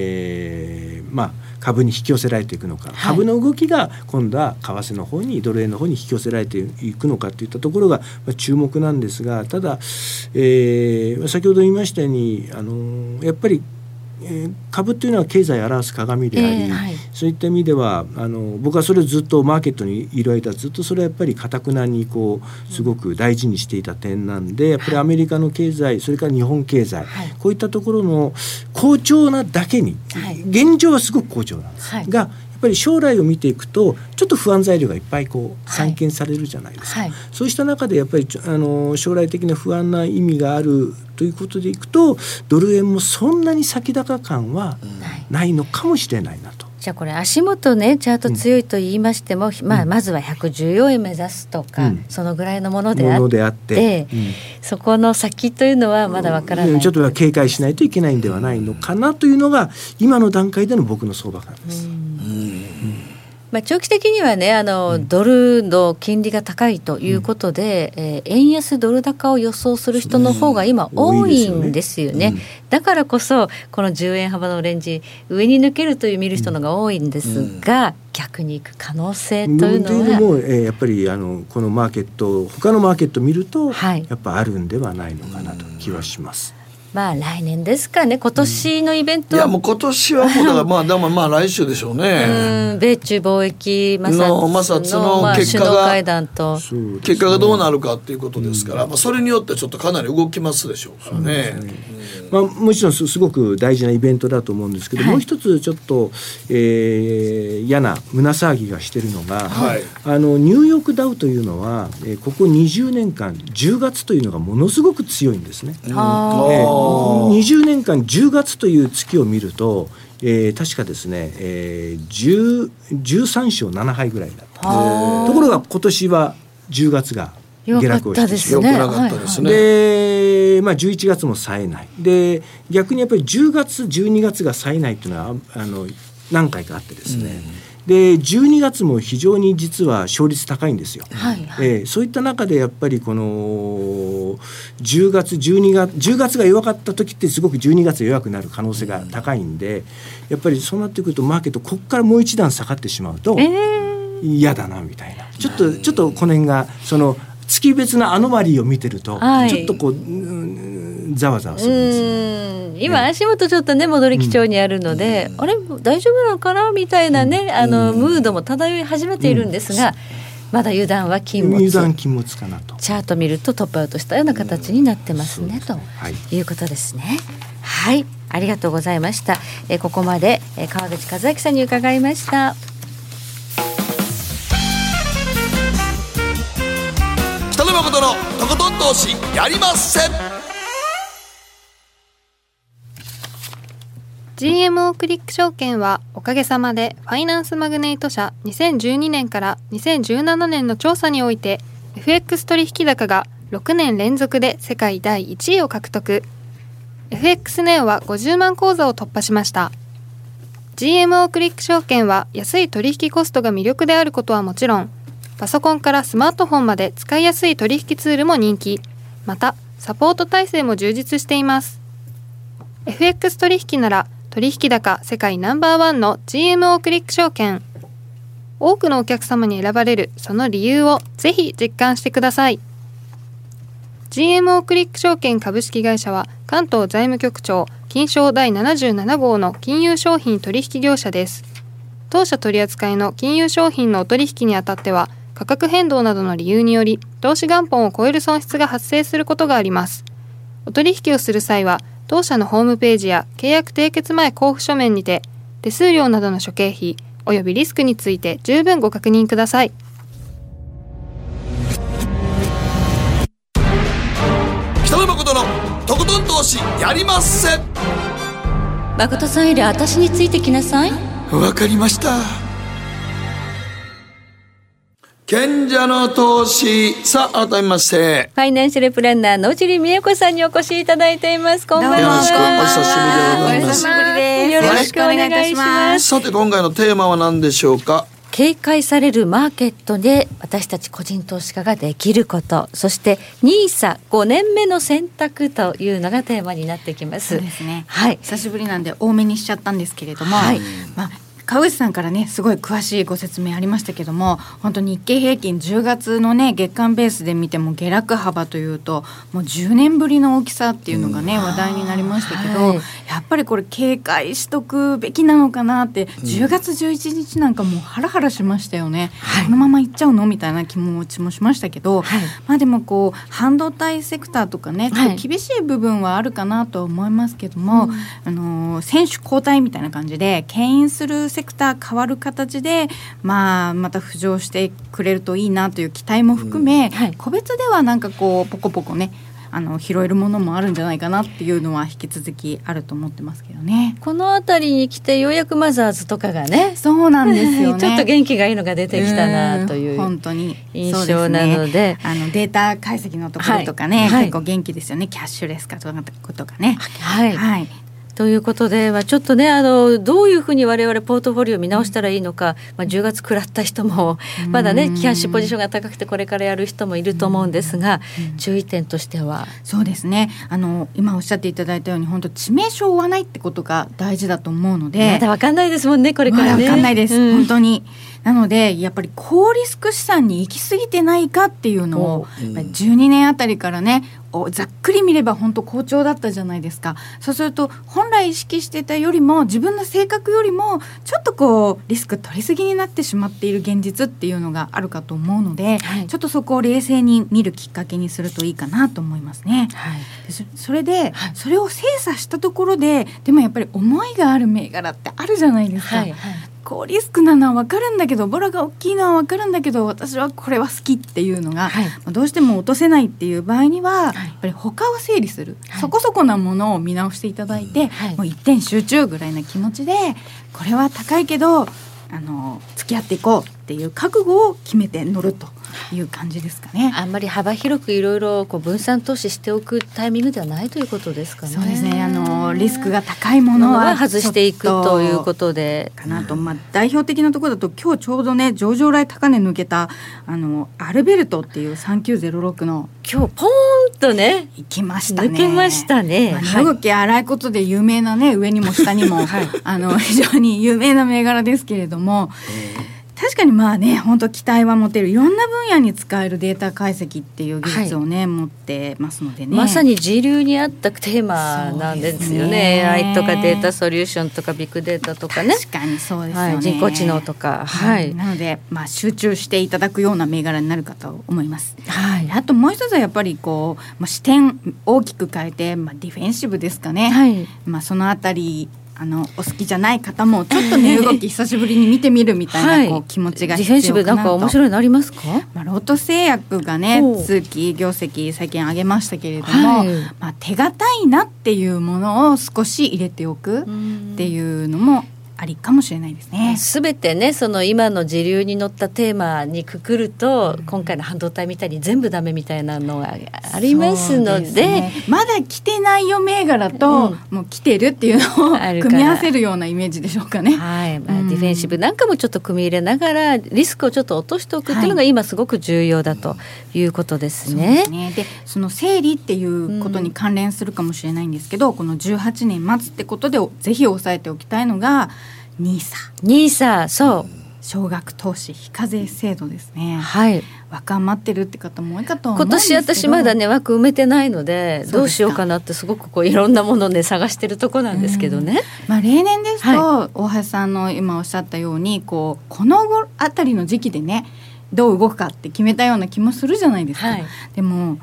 株に引き寄せられていくのか、株の動きが今度は為替の方にドル円の方に引き寄せられていくのかといったところが注目なんですが、ただ、先ほど言いましたようにやっぱり株というのは経済を表す鏡であり、そういった意味では僕はそれをずっとマーケットにいる間ずっとそれはやっぱり堅くなにすごく大事にしていた点なんで、やっぱりアメリカの経済、それから日本経済、こういったところの好調なだけに、現状はすごく好調なんですが、やっぱり将来を見ていくとちょっと不安材料がいっぱい散見されるじゃないですか。そうした中でやっぱり将来的な不安な意味があるということでいくと、ドル円もそんなに先高感はないのかもしれないなと。 じゃあこれ足元ねチャート強いと言いましても、まずは114円目指すとか、そのぐらいのものであって、そこの先というのはまだわからない、 ちょっと警戒しないといけないんではないのかなというのが今の段階での僕の相場感です。 長期的にはねドルの金利が高いということで、円安ドル高を予想する人の方が今多いんですよね。だからこそこの10円幅のレンジ上に抜けるという見る人のが多いんですが、逆にいく可能性というのはもやっぱりこのマーケット他のマーケットを見ると、やっぱあるんではないのかなと気はします。 来年ですかね。今年のイベント、 いやもう今年はもうだからでも来週でしょうね。 米中貿易摩擦の結果首脳会談と結果がどうなるかっていうことですから、それによってちょっとかなり動きますでしょうからね。 もちろんすごく大事なイベントだと思うんですけど、もう一つちょっと、嫌な胸騒ぎがしているのが、ニューヨークダウというのは、ここ20年間10月というのがものすごく強いんですね。20年間10月という月を見ると、確かですね、13勝7敗ぐらいだった。ところが今年は10月が下落をしてしまう。 良くなかったですね。 で、11月も冴えない。で、逆にやっぱり10月12月が冴えないというのは何回かあってですね、で12月も非常に実は勝率高いんですよ。そういった中でやっぱりこの10月が弱かった時ってすごく12月弱くなる可能性が高いんで、やっぱりそうなってくるとマーケットここからもう一段下がってしまうと嫌だなみたいな、ちょっとこの辺がその月別のアノマリーを見てると、ちょっとこうざわざわするんですよ。 今足元ちょっとね戻り基調にあるので、あれ大丈夫なのかなみたいなね、ムードも漂い始めているんですが、まだ油断は禁物かなと。 チャート見るとトップアウトしたような形になってますね、ということですね。はい、ありがとうございました。ここまで川口和明さんに伺いました。 北野誠のとことん投資やりません。 GMO クリック証券はおかげさまでファイナンスマグネート社2012年から2017年の調査において FX 取引高が6年連続で世界第1位を獲得。 FX ネオは50万口座を突破しました。 GMO クリック証券は安い取引コストが魅力であることはもちろん、パソコンからスマートフォンまで使いやすい取引ツールも人気、またサポート体制も充実しています。 FX 取引なら取引高世界ナンバーワンの GMO クリック証券。多くのお客様に選ばれるその理由をぜひ実感してください。 GMO クリック証券株式会社は関東財務局長金商第77号の金融商品取引業者です。当社取扱いの金融商品のお取引にあたっては価格変動などの理由により投資元本を超える損失が発生することがあります。お取引をする際は当社のホームページや契約締結前交付書面にて手数料などの諸経費およびリスクについて十分ご確認ください。 北野誠のとことん投資やりません。 誠さんより私についてきなさい。 わかりました。賢者の投資。さあ改めましてファイナンシャルプランナー野尻美恵子さんにお越しいただいています。こんばんは。 よろしくお久しぶりでございます。 よろしくお願いします。 さて今回のテーマは何でしょうか。 警戒されるマーケットで私たち個人投資家ができること、そして NISA5 年目の選択というのがテーマになってきます。 そうですね、はい、久しぶりなんで多めにしちゃったんですけれども、川口さんからねすごい詳しいご説明ありましたけども、本当に日経平均10月のね月間ベースで見ても下落幅というともう10年ぶりの大きさっていうのがね、話題になりましたけど、やっぱりこれ警戒しとくべきなのかなって、10月11日なんかもうハラハラしましたよね、このままいっちゃうのみたいな気持ちもしましたけど、でもこう半導体セクターとかねちょっと厳しい部分はあるかなと思いますけども、選手交代みたいな感じで牽引するセクター変わる形で、また浮上してくれるといいなという期待も含め、個別ではなんかこうポコポコね拾えるものもあるんじゃないかなっていうのは引き続きあると思ってますけどね。 このあたりに来てようやくマザーズとかがね、 そうなんですよねちょっと元気がいいのが出てきたなという本当に印象なので、 データ解析のところとかね、結構元気ですよね。キャッシュレス化とかね、 ということで、ちょっとねどういうふうに我々ポートフォリオを見直したらいいのか、10月食らった人もまだねキャッシュポジションが高くてこれからやる人もいると思うんですが、注意点としてはそうですね、今おっしゃっていただいたように本当致命傷を負わないってことが大事だと思うので、 まだ分かんないですもんねこれからね、 まだ分かんないです、本当に。 なのでやっぱり高リスク資産に行き過ぎてないかっていうのを、12年あたりからねざっくり見れば本当好調だったじゃないですか。そうすると本来意識してたよりも自分の性格よりもちょっとこうリスク取りすぎになってしまっている現実っていうのがあるかと思うので、ちょっとそこを冷静に見るきっかけにするといいかなと思いますね。それで、それを精査したところででもやっぱり思いがある銘柄ってあるじゃないですか。高リスクなのは分かるんだけどボラが大きいのは分かるんだけど私はこれは好きっていうのが、どうしても落とせないっていう場合には、やっぱり他を整理する、そこそこなものを見直していただいて、もう一点集中ぐらいな気持ちでこれは高いけど付き合っていこうっていう覚悟を決めて乗るという感じですかね。 あんまり幅広くいろいろ分散投資しておくタイミングではないということですかね。 そうですね。リスクが高いものは外していくということでかなと、代表的なところだと今日ちょうどね上場来高値抜けたアルベルトっていう3906の今日ポーンとね行きましたね。 抜けましたね。 値動き荒いことで有名なね上にも下にも、非常に有名な銘柄ですけれども、確かに本当期待は持てるいろんな分野に使えるデータ解析っていう技術をね、持ってますのでね、 まさに時流に合ったテーマなんですよね。AI とかデータソリューションとかビッグデータとかね。 確かにそうですよね。 人工知能とか、 なので、集中していただくような銘柄になるかと思います。あともう一つはやっぱり視点大きく変えて、ディフェンシブですかね。そのあたりお好きじゃない方もちょっとね動き久しぶりに見てみるみたいな気持ちが必要かなと。ディフェンシブなんか面白いのありますか？ ロート製薬がね通期業績最近上げましたけれども、手堅いなっていうものを少し入れておくっていうのもありかもしれないですね。 すべてねその今の時流に乗ったテーマにくくると、今回の半導体みたいに全部ダメみたいなのがありますので、 まだ来てないよ銘柄と、もう来てるっていうのを組み合わせるようなイメージでしょうかね。 ディフェンシブなんかもちょっと組み入れながらリスクをちょっと落としておくっていうのが今すごく重要だということですね。 でその整理っていうことに関連するかもしれないんですけど、この18年待つってことでぜひ押さえておきたいのがNISA、そう少額投資非課税制度ですね。枠余ってるって方も多いかと思うんですけど、 今年私まだね枠埋めてないのでどうしようかなってすごくいろんなものね探してるとこなんですけどね。 例年ですと、大橋さんの今おっしゃったようにこのあたりの時期でねどう動くかって決めたような気もするじゃないですか。でも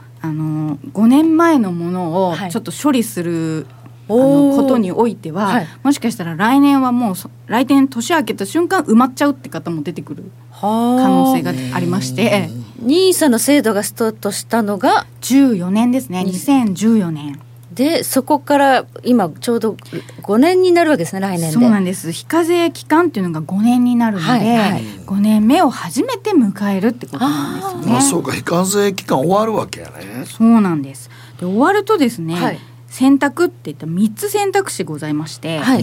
5年前のものをちょっと処理する、ことにおいては、もしかしたら来年はもう来年年明けた瞬間埋まっちゃうって方も出てくる可能性がありまして、 NISAの制度がスタートしたのが 14年ですね。2014年でそこから今ちょうど5年になるわけですね。来年で。 そうなんです。非課税期間っていうのが5年になるので、5年目を初めて迎えるってことなんですよね。 そうか、非課税期間終わるわけやね。 そうなんです。で終わるとですね、選択っていった3つ選択肢ございまして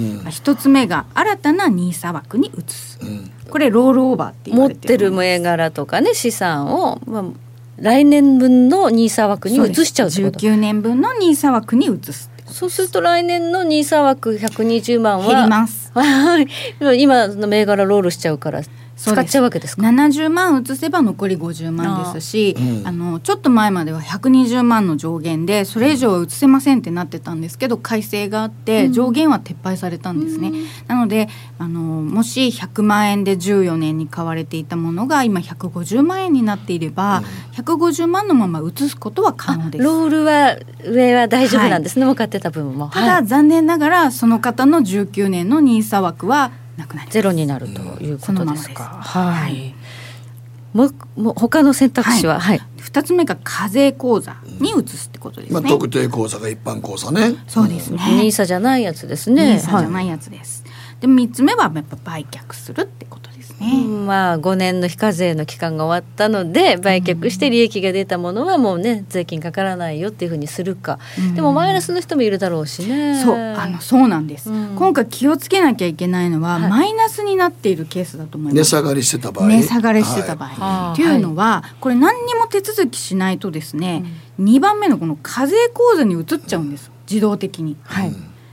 、1つ目が新たなNISA枠に移す、これロールオーバーって言われてる持ってる銘柄とかね資産を、来年分のNISA枠に移しちゃうってこと。 19年分のNISA枠に移す。 そうすると来年のNISA枠120万は減ります。 今の銘柄ロールしちゃうから使っちゃうわけですか。 70万移せば残り50万ですし、ちょっと前までは120万の上限でそれ以上は移せませんってなってたんですけど、改正があって上限は撤廃されたんですね。なのでもし100万円で14年に買われていたものが今150万円になっていれば、150万のまま移すことは可能です。 ロールは上は大丈夫なんですね、買ってた分も。 ただ残念ながらその方の19年のNISA枠はなくなります。 ゼロになるということですか。もう他の選択肢は、 2つ目が課税口座に移すってことですね。 特定口座が一般口座ね。 そうですね。 NISAじゃないやつですね。 NISAじゃないやつです。で3つ目はやっぱ売却するってことですね。 5年の非課税の期間が終わったので売却して利益が出たものはもうね税金かからないよっていうふうにするか、でもマイナスの人もいるだろうしね。 そうなんです、今回気をつけなきゃいけないのは、マイナスになっているケースだと思います。 値下がりしてた場合、 っていうのはこれ何にも手続きしないとですね、2番目のこの課税口座に移っちゃうんです、自動的に。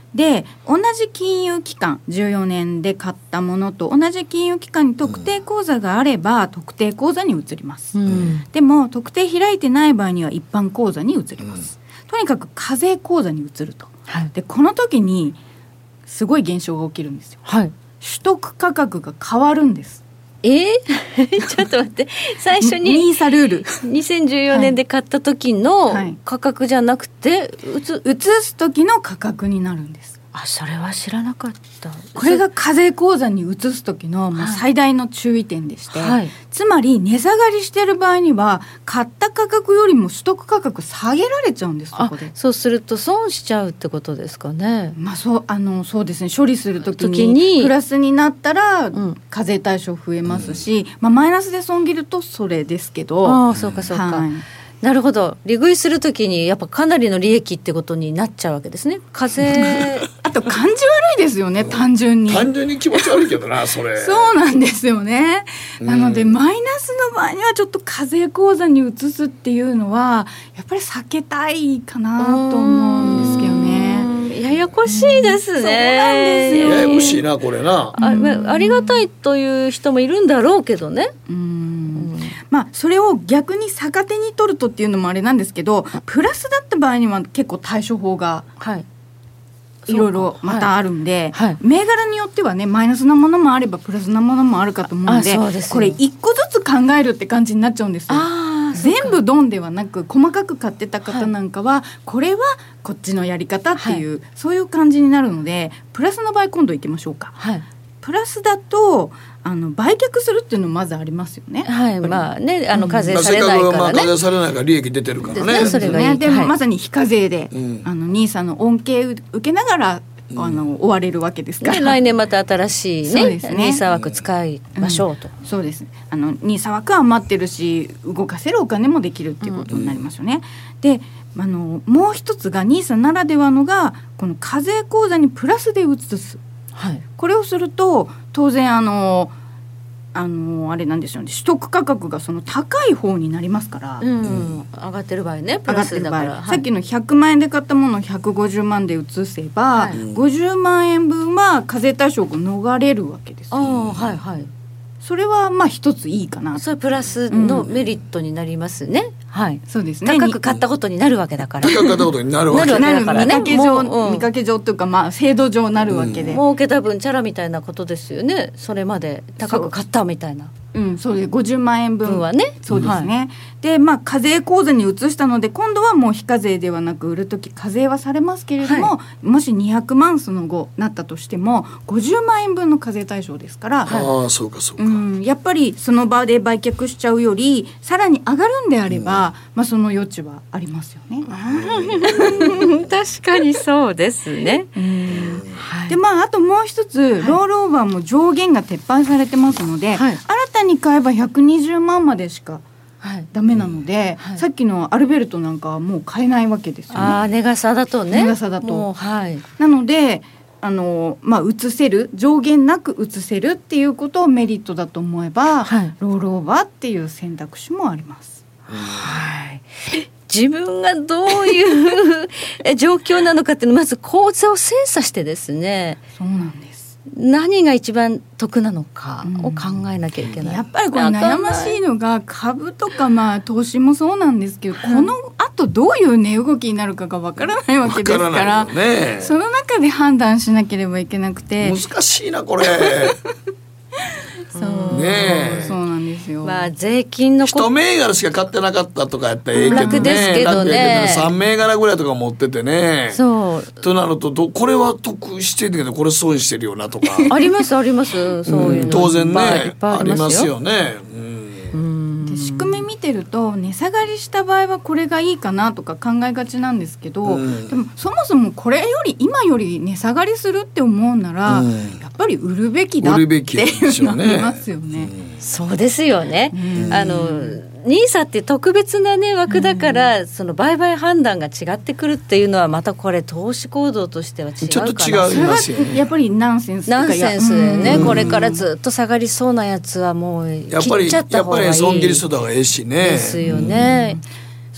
で同じ金融機関14年で買ったものと同じ金融機関に特定口座があれば、特定口座に移ります、でも特定開いてない場合には一般口座に移ります、とにかく課税口座に移ると、でこの時にすごい現象が起きるんですよ、取得価格が変わるんです。 ちょっと待って、最初にニーサルール 2014年で買った時の価格じゃなくて、 移す時の価格になるんです。 それは知らなかった。 これが課税口座に移す時のもう最大の注意点でして、つまり値下がりしている場合には買った価格よりも取得価格下げられちゃうんです。そこでそうすると損しちゃうってことですかね。 そうですね、処理する時にプラスになったら課税対象増えますし、マイナスで損切るとそれですけど。 そうかそうか、なるほど。利食いするときにやっぱかなりの利益ってことになっちゃうわけですね。課税あと感じ悪いですよね。単純に気持ち悪いけどなそれ。 そうなんですよね。なのでマイナスの場合にはちょっと課税口座に移すっていうのはやっぱり避けたいかなと思うんですけどね。 ややこしいですね。そうなんですよ。 ややこしいなこれな。 ありがたいという人もいるんだろうけどね。 それを逆に逆手に取るとっていうのもあれなんですけど、プラスだった場合には結構対処法がいろいろまたあるんで、銘柄によってはねマイナスなものもあればプラスなものもあるかと思うので、これ一個ずつ考えるって感じになっちゃうんですよ。全部ドンではなく細かく買ってた方なんかは、これはこっちのやり方っていう、そういう感じになるので、プラスの場合今度いきましょうか。プラスだと売却するっていうのもまずありますよね。 課税されないからね。 課税されないから利益出てるからね。 それがいい。でまさに非課税で、NISA の恩恵受けながら追われるわけですから、 来年また新しいNISA枠使いましょうと。 そうです。NISA枠は余ってるし動かせるお金もできるっていうことになりますよね。でもう一つが NISA ならではのがこの課税口座にプラスで移す。これをすると当然あれなんですよね、取得価格がその高い方になりますから、 上がってる場合ね、プラスだから、 さっきの100万円で買ったものを150万で移せば、50万円分は課税対象が逃れるわけですよ。それは一ついいかな。 それプラスのメリットになりますね。 そうですね。 高く買ったことになるわけだから。 高く買ったことになるわけだからね。見かけ上というか制度上なるわけで。 儲けた分チャラみたいなことですよね。それまで高く買ったみたいな。 そうで50万円分はね。 そうですね。で課税口座に移したので今度はもう非課税ではなく売るとき課税はされますけれども、もし200万その後なったとしても50万円分の課税対象ですから、 そうかそうか。 やっぱりその場で売却しちゃうよりさらに上がるんであれば、その余地はありますよね。 確かにそうですね。 であともう一つ、ロールオーバーも上限が撤廃されてますので、新たに買えば120万までしかダメなので、さっきのアルベルトなんかはもう買えないわけですよね。 値傘だとね。 値傘だと、なので移せる、上限なく移せるっていうことをメリットだと思えば、ロールオーバーっていう選択肢もあります。 自分がどういう状況なのかっていうのをまず口座を精査してですね。 そうなんです。 何が一番得なのかを考えなきゃいけない。 やっぱりこれ悩ましいのが株とか投資もそうなんですけど、この後どういう値動きになるかがわからないわけですから、その中で判断しなければいけなくて難しいなこれ。 そうなんですよ。 税金の一銘柄しか買ってなかったとかやったらええけどね。 楽ですけどね。 3銘柄ぐらいとか持っててね。となるとこれは得してるけどこれ損してるよなとか。 ありますあります。そういうの当然ねありますよね。 で仕組み見てると値下がりした場合はこれがいいかなとか考えがちなんですけど、でもそもそもこれより今より値下がりするって思うなら、やっぱり売るべきだっていうのありますよね。 そうですよね。NISA って特別な枠だから、その売買判断が違ってくるっていうのはまたこれ投資行動としては違うかな。 ちょっと違いますよね。 やっぱりナンセンスとか。 ナンセンスだよね。これからずっと下がりそうなやつはもう切っちゃった方がいい。 やっぱり損切りするのがええしね。 ですよね。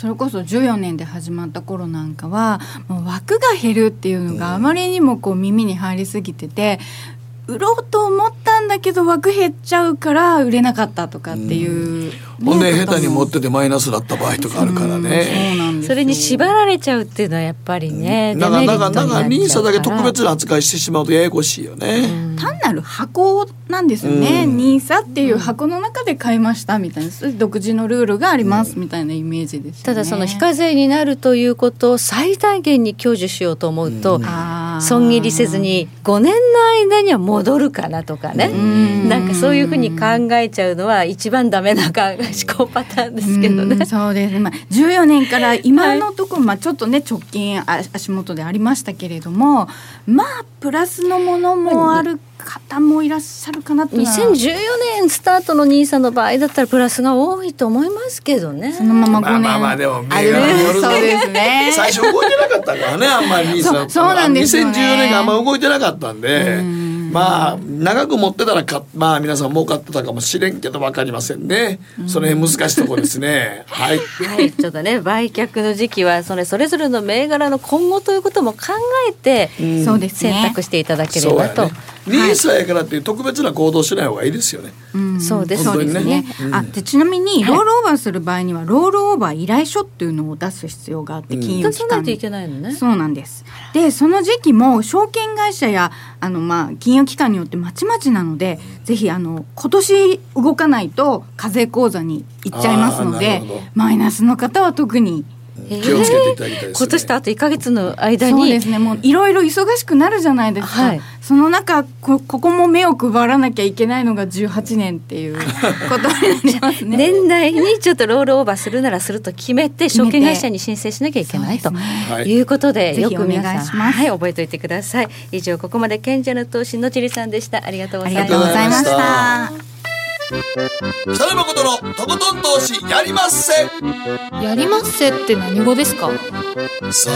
それこそ14年で始まった頃なんかはもう枠が減るっていうのがあまりにもこう耳に入りすぎてて、売ろうと思ったんだけど枠減っちゃうから売れなかったとかっていう、 ほんで下手に持っててマイナスだった場合とかあるからね、 そうなんですよ。 それに縛られちゃうっていうのはやっぱりね、デメリットになっちゃうから。 NISA だけ特別な扱いしてしまうとややこしいよね、 単なる箱なんですよね、NISA っていう箱の中で買いましたみたいな、独自のルールがありますみたいなイメージですよね。 ただその非課税になるということを最大限に享受しようと思うと、損切りせずに5年の間には戻るかなとかね、なんかそういうふうに考えちゃうのは一番ダメな思考パターンですけどね。 そうです、14年から今のところ、ちょっとね直近足元でありましたけれども、プラスのものもある方もいらっしゃるかなと。 2014年スタートの NISA の場合だったらプラスが多いと思いますけどね。 そのまま5年でも銘柄によると、 そうですね、 最初動いてなかったからね、あんまり NISA そうなんですよね。 2014年があんま動いてなかったんで、長く持ってたら皆さん儲かってたかもしれんけど分かりませんね、その辺難しいところですね。はい、 ちょっとね売却の時期はそれぞれの銘柄の今後ということも考えて、選択していただければと。 NISA やからっていう特別な行動しない方がいいですよね。 そうですね。でちなみにロールオーバーする場合には、ロールオーバー依頼書っていうのを出す必要があって、金融機関に出さないといけないのね。 そうなんです。でその時期も証券会社や金融機関によってまちまちなので、ぜひ今年動かないと課税口座に行っちゃいますので、マイナスの方は特に気をつけていただきたいですね。 今年とあと1ヶ月の間に。 そうですね、もういろいろ忙しくなるじゃないですか、その中ここも目を配らなきゃいけないのが18年っていうことになりますね。 年内にちょっとロールオーバーするならすると決めて証券会社に申請しなきゃいけないということで、よく皆さん覚えておいてください。以上ここまで賢者の投資のちりさんでした。ありがとうございました。 北野誠のとことん投資やりまっせ。 やりまっせって何語ですか？ さ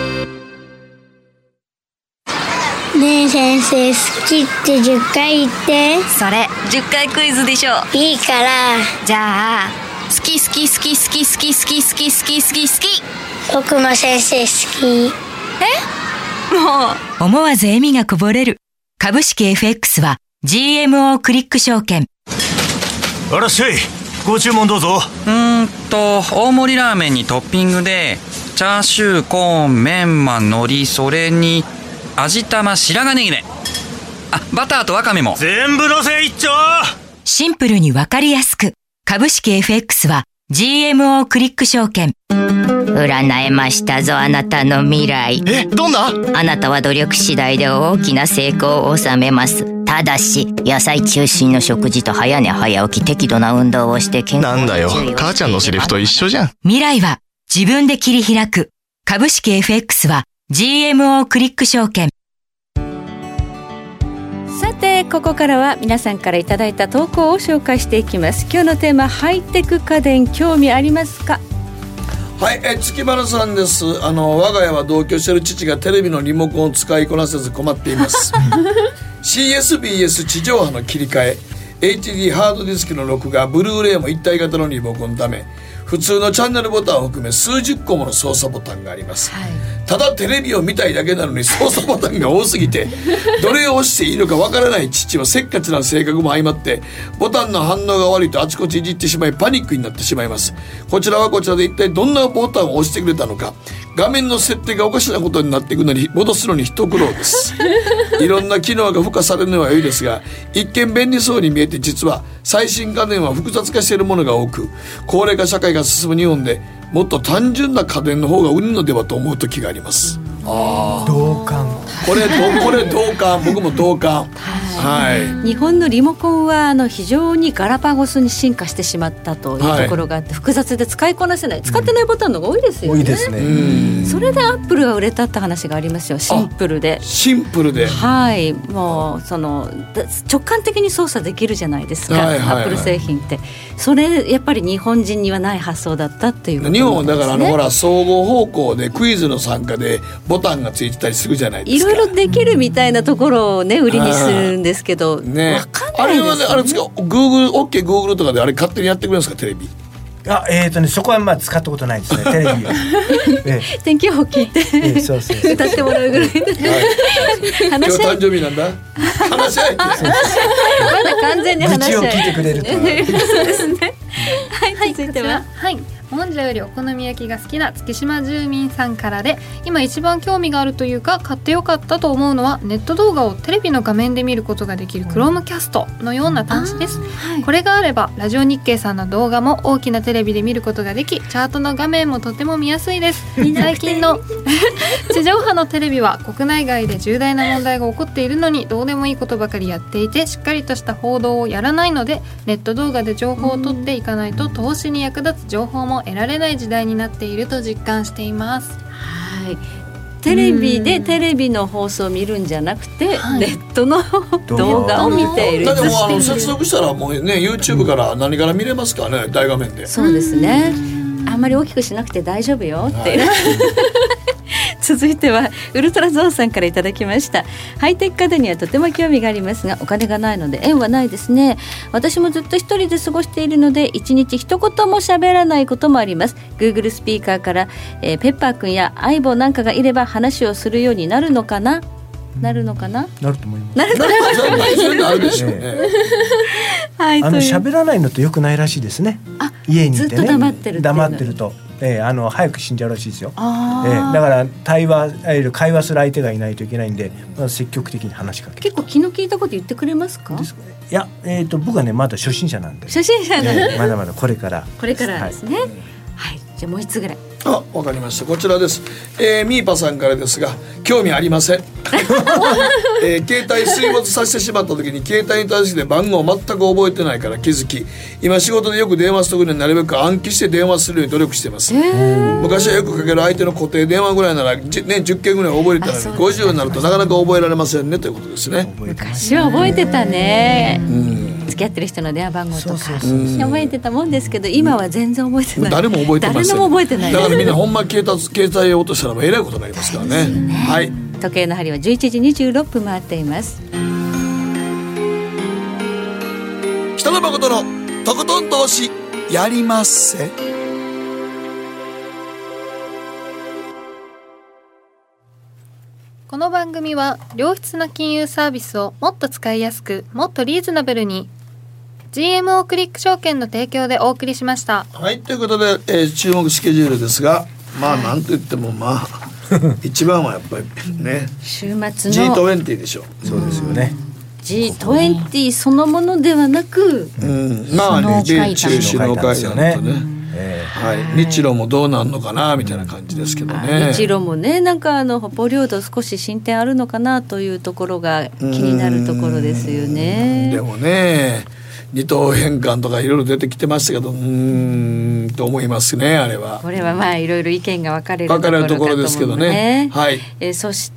あねえ先生、好きって10回言って。 それ10回クイズでしょ。 いいから。 じゃあ好き好き好き好き好き好き好き好き好き好き。 僕も先生好き。 もう思わず笑みがこぼれる。株式 FX は GMO クリック証券。 あらっしゃい、ご注文どうぞ。 大盛りラーメンにトッピングでチャーシュー、コーン、メンマ、海苔、それに味玉、白髪ネギね。バターとワカメも全部のせ一丁。 シンプルにわかりやすく、株式 FX は GMO クリック証券。占えましたぞ、あなたの未来。 どんな？ あなたは努力次第で大きな成功を収めます。ただし野菜中心の食事と早寝早起き、適度な運動をして健康に注意をして。 なんだよ、母ちゃんのセリフと一緒じゃん。 未来は自分で切り開く。株式 FX は GMO クリック証券。 さてここからは皆さんからいただいた投稿を紹介していきます。今日のテーマ、ハイテク家電興味ありますか？ はい、月丸さんです。我が家は同居している父がテレビのリモコンを使いこなせず困っています。CSBS 地上波の切り替え、 HD ハードディスクの録画、ブルーレイも一体型のリモコンのため、普通のチャンネルボタンを含め数十個もの操作ボタンがあります、ただテレビを見たいだけなのに操作ボタンが多すぎてどれを押していいのかわからない父はせっかちな性格も相まって、ボタンの反応が悪いとあちこちいじってしまいパニックになってしまいます。こちらはこちらで一体どんなボタンを押してくれたのか、画面の設定がおかしなことになっていくのに戻すのに一苦労です。いろんな機能が付加されるのは良いですが、一見便利そうに見えて実は最新家電は複雑化しているものが多く、高齢化社会が進む日本でもっと単純な家電の方が売るのではと思う時があります。 同感。 これ同感。僕も同感。 日本のリモコンは非常にガラパゴスに進化してしまったというところがあって、複雑で使いこなせない、使ってないボタンの方が多いですよね。 多いですね。 それでアップルが売れたって話がありますよ。シンプルで、もうその直感的に操作できるじゃないですか、アップル製品って。それやっぱり日本人にはない発想だったっていうこと日本はだからほら総合方向でクイズの参加でボタンがついてたりするじゃないですか。 いろいろできるみたいなところをね売りにするんですけど、分かんないですよね。 あれはね、あれですか、Google とかであれ勝手にやってくれるんですか、テレビ。 そこはまあ使ったことないですね、テレビは。 天気予報聞いて、 そうそう歌ってもらうぐらいで、 今日誕生日なんだ。話し合い。 まだ完全に話し合い。 愚痴を聞いてくれると。 そうですね。はい、続いては。 はい。もんじゃよりお好み焼きが好きな月島住民さんからで、今一番興味があるというか買ってよかったと思うのは、ネット動画をテレビの画面で見ることができるクロームキャストのような端子です、これがあればラジオ日経さんの動画も大きなテレビで見ることができ、チャートの画面もとても見やすいです。最近の地上波のテレビは国内外で重大な問題が起こっているのにどうでもいいことばかりやっていて、しっかりとした報道をやらないので、ネット動画で情報を取っていかないと投資に役立つ情報も得られない時代になっていると実感しています。 はい、テレビでテレビの放送を見るんじゃなくて、ネットの動画を見ている。 でも接続したらもうね YouTube から何から見れますからね、大画面で。 そうですね、あんまり大きくしなくて大丈夫よって、続いてはウルトラゾーンさんからいただきました。ハイテク家電にはとても興味がありますが、お金がないので縁はないですね。私もずっと一人で過ごしているので、一日一言も喋らないこともあります。 Google スピーカーから、ペッパーくんや相棒なんかがいれば話をするようになるのかな。なるのかな。 なると思います。 なると思います。 なるでしょうね。 はい、 喋らないのって良くないらしいですね。家にいてね、 ずっと黙ってるっていうの。 黙ってると、早く死んじゃうらしいですよ。だから会話する相手がいないといけないんで、積極的に話しかける。 結構気の利いたこと言ってくれますか。 いや、僕はねまだ初心者なんで。 初心者なんで、 まだまだこれからですね。はい、じゃあもう一つぐらい。 わかりました。こちらです。ミーパさんからですが、興味ありません。携帯水没させてしまった時に携帯に対して番号を全く覚えてないから気づき、今仕事でよく電話する時になるべく暗記して電話するように努力してます。昔はよくかける相手の固定電話ぐらいなら、10件ぐらい覚えてたのに、50になるとなかなか覚えられませんねということですね。 昔は覚えてたね、付き合ってる人の電話番号とか覚えてたもんですけど、今は全然覚えてない。 誰も覚えてません。 誰も覚えてない。 だからみんなほんま携帯を落としたらえらいことになりますからね。はい。 時計の針は11時26分回っています。 北野誠のとことん投資やりまっせ。 この番組は良質な金融サービスをもっと使いやすく、もっとリーズナブルに GMO クリック証券の提供でお送りしました。 はい、ということで、注目スケジュールですが、なんといっても一番はやっぱりね、 週末の G20 でしょ。 そうですよね。 G20 そのものではなく、 米中首脳会談とね。日露もどうなんのかなみたいな感じですけどね。 日露もね、なんか北方領土少し進展あるのかなというところが気になるところですよね。 でもね、二島返還とかいろいろ出てきてましたけど、と思いますね。あれはこれはいろいろ意見が分かれるところですけどね。はい。 そして、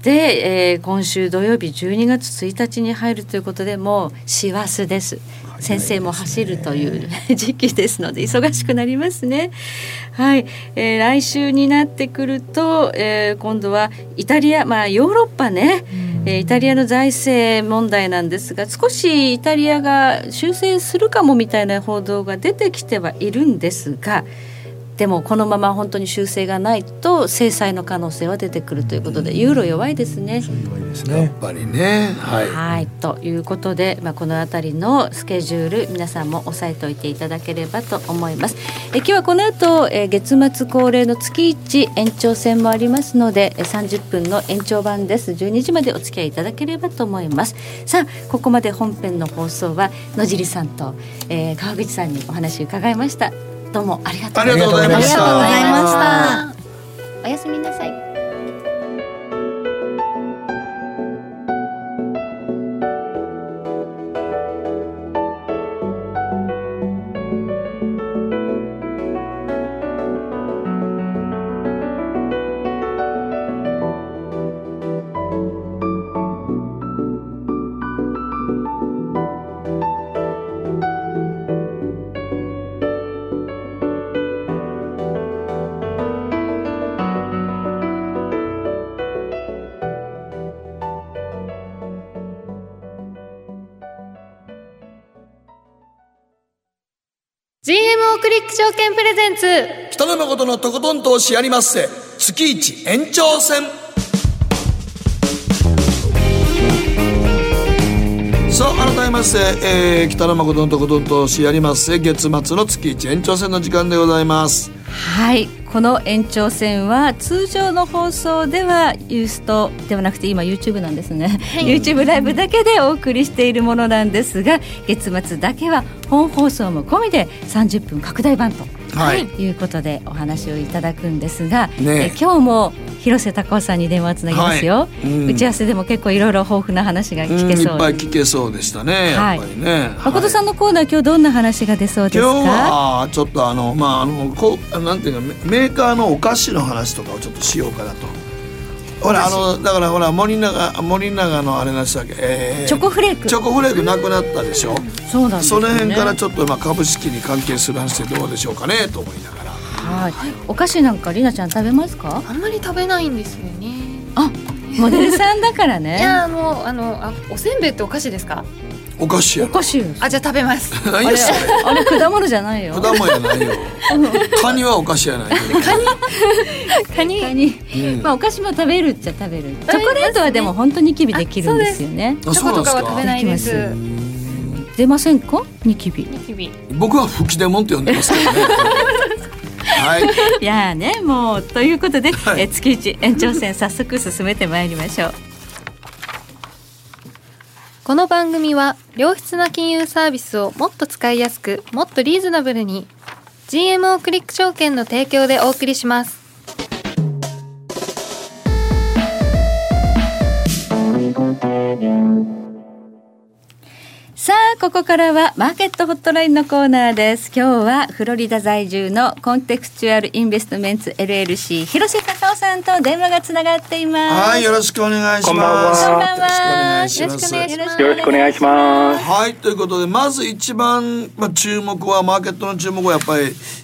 今週土曜日12月1日に入るということで、もう師走です。先生も走るという時期ですので忙しくなりますね。はい、来週になってくると、今度はイタリア、ヨーロッパね、イタリアの財政問題なんですが、少しイタリアが修正するかもみたいな報道が出てきてはいるんですが、でもこのまま本当に修正がないと制裁の可能性は出てくるということで、ユーロ弱いですね。 弱いですね。 やっぱりね。 はい、ということで、このあたりのスケジュール皆さんも押さえておいていただければと思います。今日はこの後、月末恒例の月1延長戦もありますので、30分の延長版です。12時までお付き合いいただければと思います。さあ、ここまで本編の放送は野尻さんと、川口さんにお話を伺いました。どうもありがとうございました。おやすみなさい。 クリック証券プレゼンツ北野誠のとことん投資やりまっせ月一延長戦。さあ改めまして、北野誠のとことん投資やりまっせ月末の月一延長戦の時間でございます。 はい、この延長戦は通常の放送ではユーストではなくて今 YouTube なんですね、はい、YouTube ライブだけでお送りしているものなんですが、月末だけは本放送も込みで30分拡大版と、はい、いうことでお話をいただくんですが、ね、今日も広瀬隆夫さんに電話をつなぎますよ、はい、打ち合わせでも結構いろいろ豊富な話が聞けそう、 いっぱい聞けそうでしたね、やっぱりね、 誠さんのコーナー、今日どんな話が出そうですか？ 今日はちょっとなんていうかメーカーのお菓子の話とかをちょっとしようかなと。ほらだからほら森永のあれなんでしたっけ、 チョコフレークなくなったでしょ。 そうなんですね。 その辺からちょっと株式に関係する話でどうでしょうかねと思いながら。 はい、お菓子なんかりなちゃん食べますか？ あんまり食べないんですよね。 あ、モデルさんだからね。 いやもうおせんべいってお菓子ですか？ お菓子や。 お菓子。 あ、じゃあ食べます。 何やそれ。 あれ果物じゃないよ。 果物じゃないよ。カニはお菓子やない。 カニ、まあお菓子も食べるっちゃ食べる。チョコレートはでも本当にニキビできるんですよね。 チョコとかは食べないです。 出ませんか？ニキビ。 僕は吹き出もんって呼んでますけどね。はい。 いやね、もうということで、はい、月一延長戦早速進めてまいりましょう。 この番組は良質な金融サービスをもっと使いやすく、もっとリーズナブルに GMO クリック証券の提供でお送りします。 さあここからはマーケットホットラインのコーナーです。今日はフロリダ在住のコンテクスチュアルインベストメンツ LLC 広瀬隆夫さんと電話がつながっています。 はい、よろしくお願いします。 こんばんは。 よろしくお願いします。 よろしくお願いします。 はい、ということでまず一番、注目はマーケットの注目はやっぱり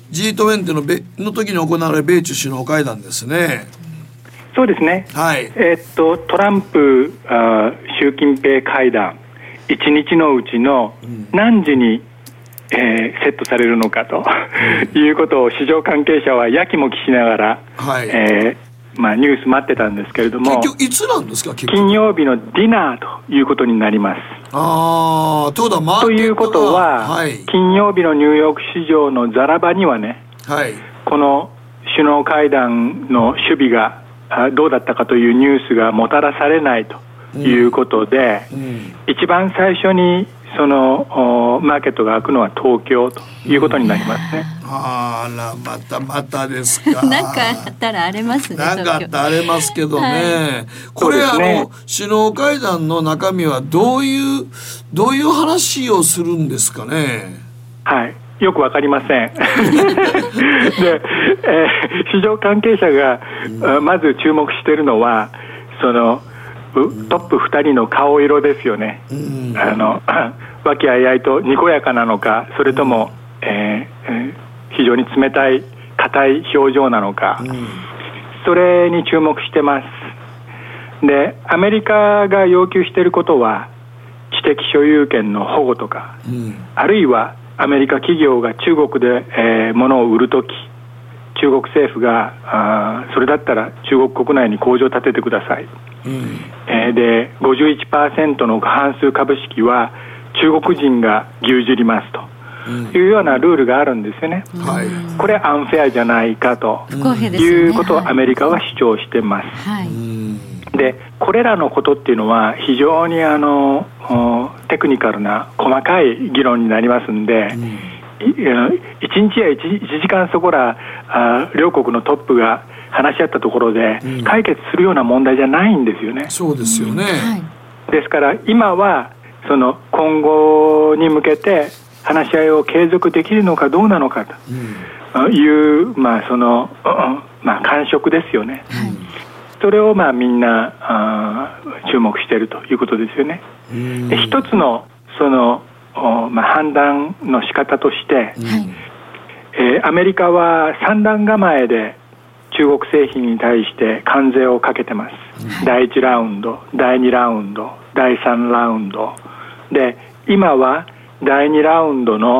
G20 の時に行われる米中首脳会談ですね。 そうですね、 はい。 トランプ習近平会談1日のうちの何時に、セットされるのかということを市場関係者はやきもきしながら、はい、ニュース待ってたんですけれども、 結局いつなんですか？ 金曜日のディナーということになります。 ということは、はい、金曜日のニューヨーク市場のザラ場にはね、はい、この首脳会談の守備がどうだったかというニュースがもたらされないということで、一番最初にそのマーケットが開くのは東京ということになりますね。 あらまたですか。 なんかあったら荒れますね。 なんかあったら荒れますけどね、はい、これね、 首脳会談の中身はどういう話をするんですかね。 はい、よくわかりませんで、市場関係者が、まず注目しているのはそのトップ2人の顔色ですよね。和気あいあいとにこやかなのか、それとも、非常に冷たい硬い表情なのか、それに注目してます。で、アメリカが要求していることは知的所有権の保護とか、あるいはアメリカ企業が中国で、物を売るとき、中国政府がそれだったら中国国内に工場を建ててください、で 51% の過半数株式は中国人が牛耳りますというようなルールがあるんですよね、これアンフェアじゃないかということをアメリカは主張してます、でこれらのことっていうのは非常にテクニカルな細かい議論になりますんで、1日や 1時間そこら両国のトップが話し合ったところで解決するような問題じゃないんですよね。 そうですよね、 ですから今はその今後に向けて話し合いを継続できるのかどうなのかという、感触ですよね、それをみんな注目しているということですよね。で一つのその判断の仕方として、アメリカは3段構えで中国製品に対して関税をかけてます、第1ラウンド、第2ラウンド、第3ラウンドで、今は第2ラウンドの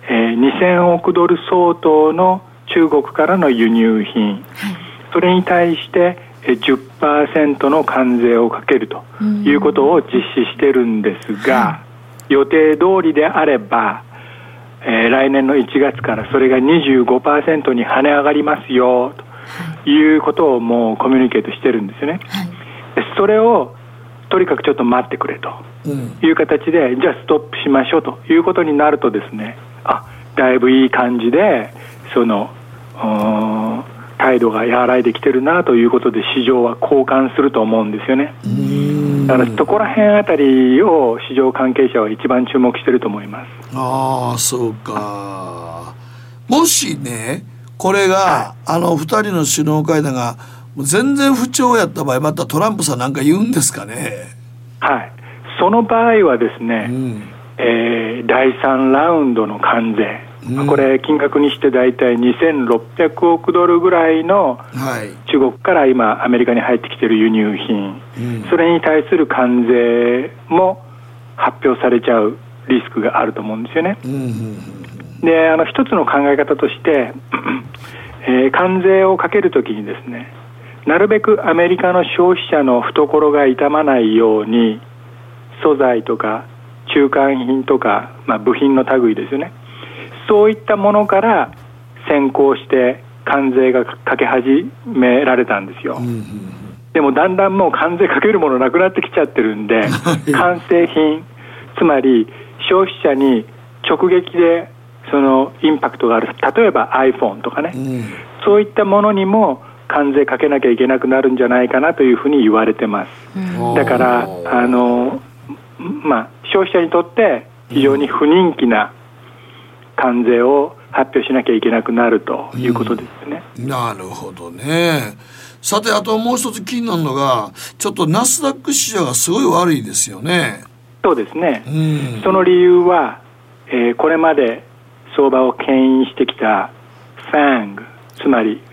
2000億ドル相当の中国からの輸入品、それに対して10% の関税をかけるということを実施しているんですが、予定通りであれば、来年の1月からそれが 25% に跳ね上がりますよということをもうコミュニケートしてるんですよね。それをとにかくちょっと待ってくれという形で、じゃあストップしましょうということになるとですね、だいぶいい感じでその態度が和らいできてるなということで市場は交換すると思うんですよね。だからそこら辺あたりを市場関係者は一番注目してると思います。 そうか。もしねこれが、2人の首脳会談が全然不調やった場合、またトランプさんなんか言うんですかね。 その場合はですね、第3ラウンドの関税、これ金額にしてだいたい2600億ドルぐらいの中国から今アメリカに入ってきている輸入品、それに対する関税も発表されちゃうリスクがあると思うんですよね。で、一つの考え方として関税をかけるときにですね、なるべくアメリカの消費者の懐が痛まないように素材とか中間品とか、部品の類ですよね、そういったものから先行して関税がかけ始められたんですよ。でもだんだんもう関税かけるものなくなってきちゃってるんで完成品、つまり消費者に直撃でそのインパクトがある、例えば iPhone とかね、そういったものにも関税かけなきゃいけなくなるんじゃないかなというふうに言われてます。だから消費者にとって非常に不人気な関税を発表しなきゃいけなくなるということですね。 なるほどね。さて、あともう一つ気になるのが、ちょっとナスダック市場がすごい悪いですよね。 そうですね、その理由は、これまで相場を牽引してきた FANG、 つまり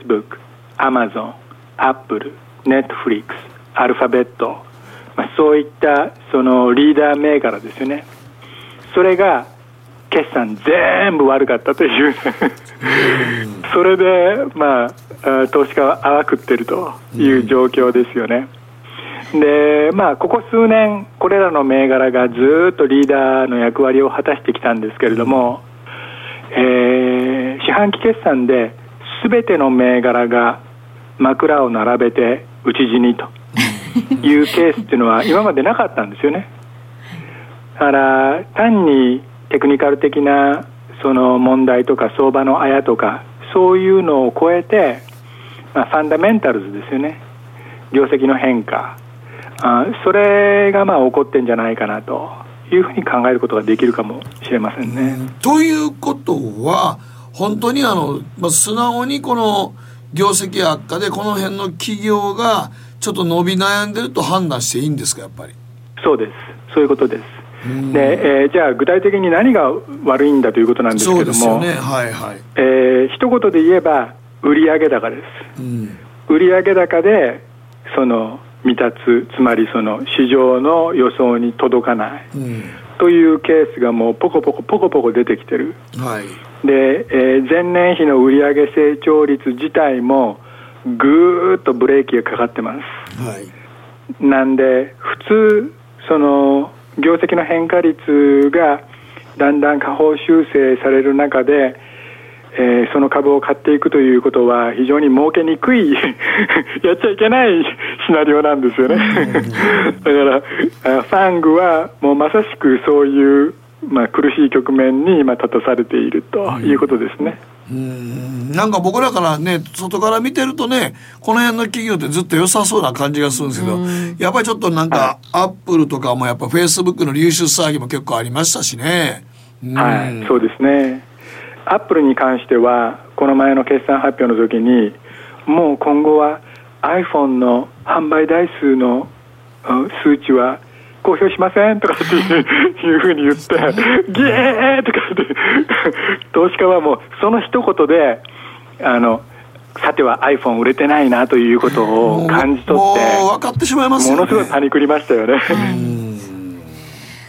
Facebook、Amazon、Apple、Netflix、アルファベット、そういったそのリーダー銘柄ですよね。それが決算全部悪かったというそれで、投資家は泡食ってるという状況ですよね。で、ここ数年これらの銘柄がずっとリーダーの役割を果たしてきたんですけれども、四半期決算で全ての銘柄が枕を並べて打ち死にというケースっていうのは今までなかったんですよね。だから単にテクニカル的なその問題とか相場のあやとかそういうのを超えて、ファンダメンタルズですよね、業績の変化、それが起こってんじゃないかなというふうに考えることができるかもしれませんね。 ということは本当に素直にこの業績悪化でこの辺の企業がちょっと伸び悩んでると判断していいんですか。やっぱりそうです、そういうことです。で、じゃあ具体的に何が悪いんだということなんですけども、 そうですよね、 一言で言えば売上高です、売上高でその未達、つまりその市場の予想に届かない、というケースがもうポコポコ出てきてる、で、前年比の売上成長率自体もぐーっとブレーキがかかってます、なんで普通その業績の変化率がだんだん下方修正される中で、その株を買っていくということは非常に儲けにくいやっちゃいけないシナリオなんですよねだからファングはもうまさしくそういう、苦しい局面に今立たされているということですね。 なんか僕らからね、外から見てるとね、この辺の企業ってずっと良さそうな感じがするんですけど、やっぱりちょっとなんかアップルとかもやっぱフェイスブックの流出騒ぎも結構ありましたしね。 そうですね。アップルに関してはこの前の決算発表の時にもう今後は iPhone の販売台数の数値は公表しませんとかっていうふうに言ってゲーとかって投資家はもうその一言でさては iPhone 売れてないなということを感じ取ってもう分かってしまいますよね。 ものすごいパニクりましたよね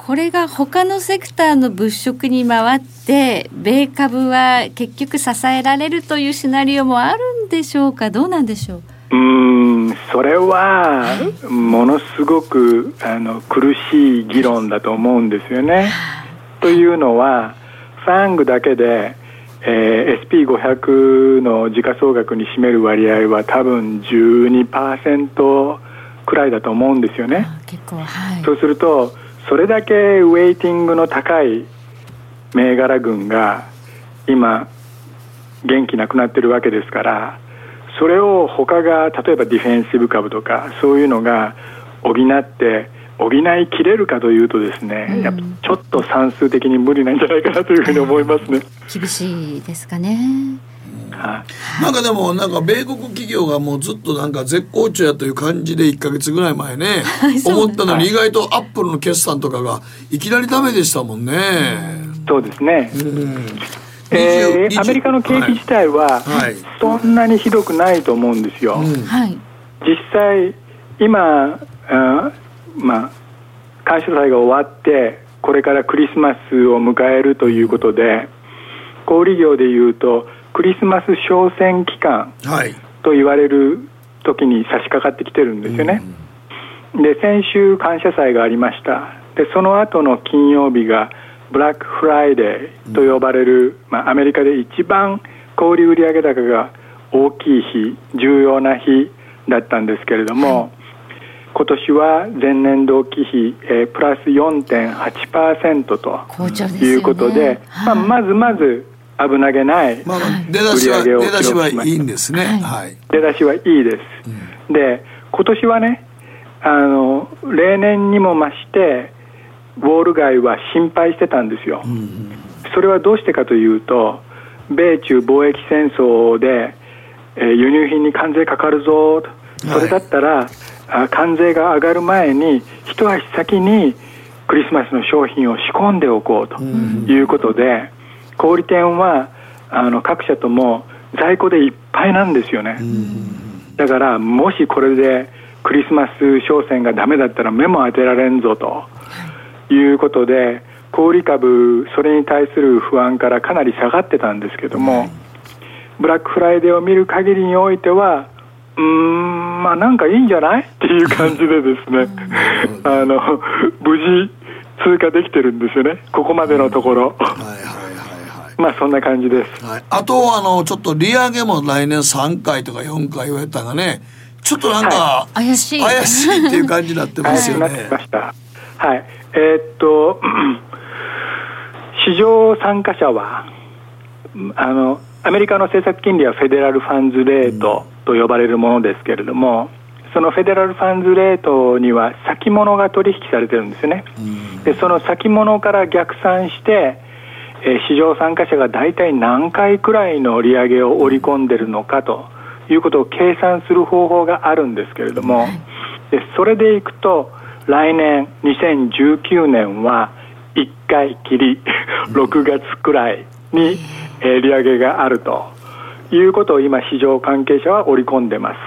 これが他のセクターの物色に回って米株は結局支えられるというシナリオもあるんでしょうか。どうなんでしょう。 それはものすごく苦しい議論だと思うんですよね。というのはファングだけで、SP500 の時価総額に占める割合は多分 12% くらいだと思うんですよね。 結構、はい、 そうするとそれだけウェイティングの高い銘柄群が今元気なくなってるわけですから、それを他が例えばディフェンシブ株とかそういうのが補いきれるかというとですね、やっぱちょっと算数的に無理なんじゃないかなというふうに思いますね。 厳しいですかね。 なんかでもなんか米国企業がもうずっとなんか絶好調やという感じで1ヶ月ぐらい前ね思ったのに、意外とアップルの決算とかがいきなりダメでしたもんね。 そうですね。アメリカの景気自体はそんなにひどくないと思うんですよ。実際今感謝祭が終わってこれからクリスマスを迎えるということで、小売業でいうとクリスマス商戦期間と言われる時に差し掛かってきてるんですよね。で、先週感謝祭がありました。で、その後の金曜日がブラックフライデーと呼ばれる、アメリカで一番小売売上高が大きい日、重要な日だったんですけれども、今年は前年同期比、プラス 4.8% ということで、まず危なげない売上を記録しました。 出だしはいいんですね。 出だしはいいです。で、今年はね、例年にも増してウォール街は心配してたんですよ。それはどうしてかというと、米中貿易戦争で、輸入品に関税かかるぞと、それだったら関税が上がる前に一足先にクリスマスの商品を仕込んでおこうということで、小売店は各社とも在庫でいっぱいなんですよね。だからもしこれでクリスマス商戦がダメだったら目も当てられんぞということで、小売株それに対する不安からかなり下がってたんですけども、ブラックフライデーを見る限りにおいてはなんかいいんじゃないっていう感じでですね無事通過できてるんですよね、ここまでのところ。そんな感じです。 あとちょっと利上げも来年3回とか4回言われたがね、ちょっとなんか、怪しいっていう感じになってますよね。 市場参加者はアメリカの政策金利はフェデラルファンズレートと呼ばれるものですけれども、そのフェデラルファンズレートには先物が取引されてるんですよね。で、その先物から逆算して市場参加者が大体何回くらいの利上げを織り込んでるのかということを計算する方法があるんですけれども、でそれでいくと来年2019年は1回きり6月くらいに利上げがあるということを今市場関係者は織り込んでます。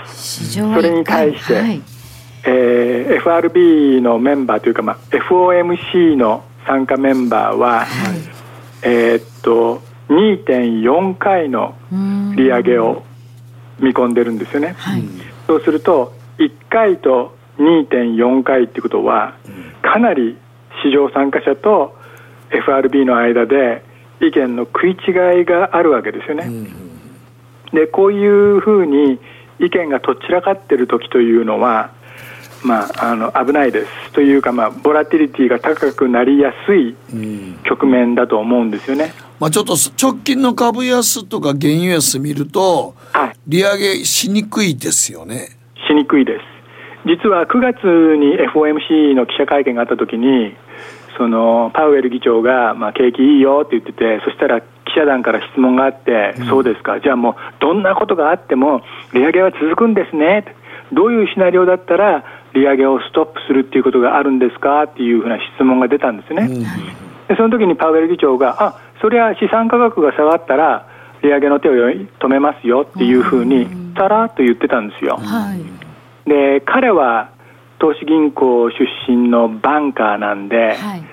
それに対して、FRB のメンバーというか、FOMC の参加メンバーは、2.4 回の利上げを見込んでるんですよね。そうすると1回と 2.4 回ってことはかなり市場参加者と FRB の間で意見の食い違いがあるわけですよね。で、こういうふうに意見がとっちらかってる時というのは、危ないですというか、ボラティリティが高くなりやすい局面だと思うんですよね。 ちょっと直近の株安とか原油安見ると、利上げしにくいですよね。 しにくいです。実は9月に FOMC の記者会見があった時に、パウエル議長が、景気いいよって言ってて、そしたら記者団から質問があって、そうですか、じゃあもうどんなことがあっても利上げは続くんですね、どういうシナリオだったら利上げをストップするっていうことがあるんですかっていうふうな質問が出たんですね。でその時にパウエル議長が、それは資産価格が下がったら利上げの手を止めますよっていうふうにさらっと言ってたんですよ。で、彼は投資銀行出身のバンカーなんで、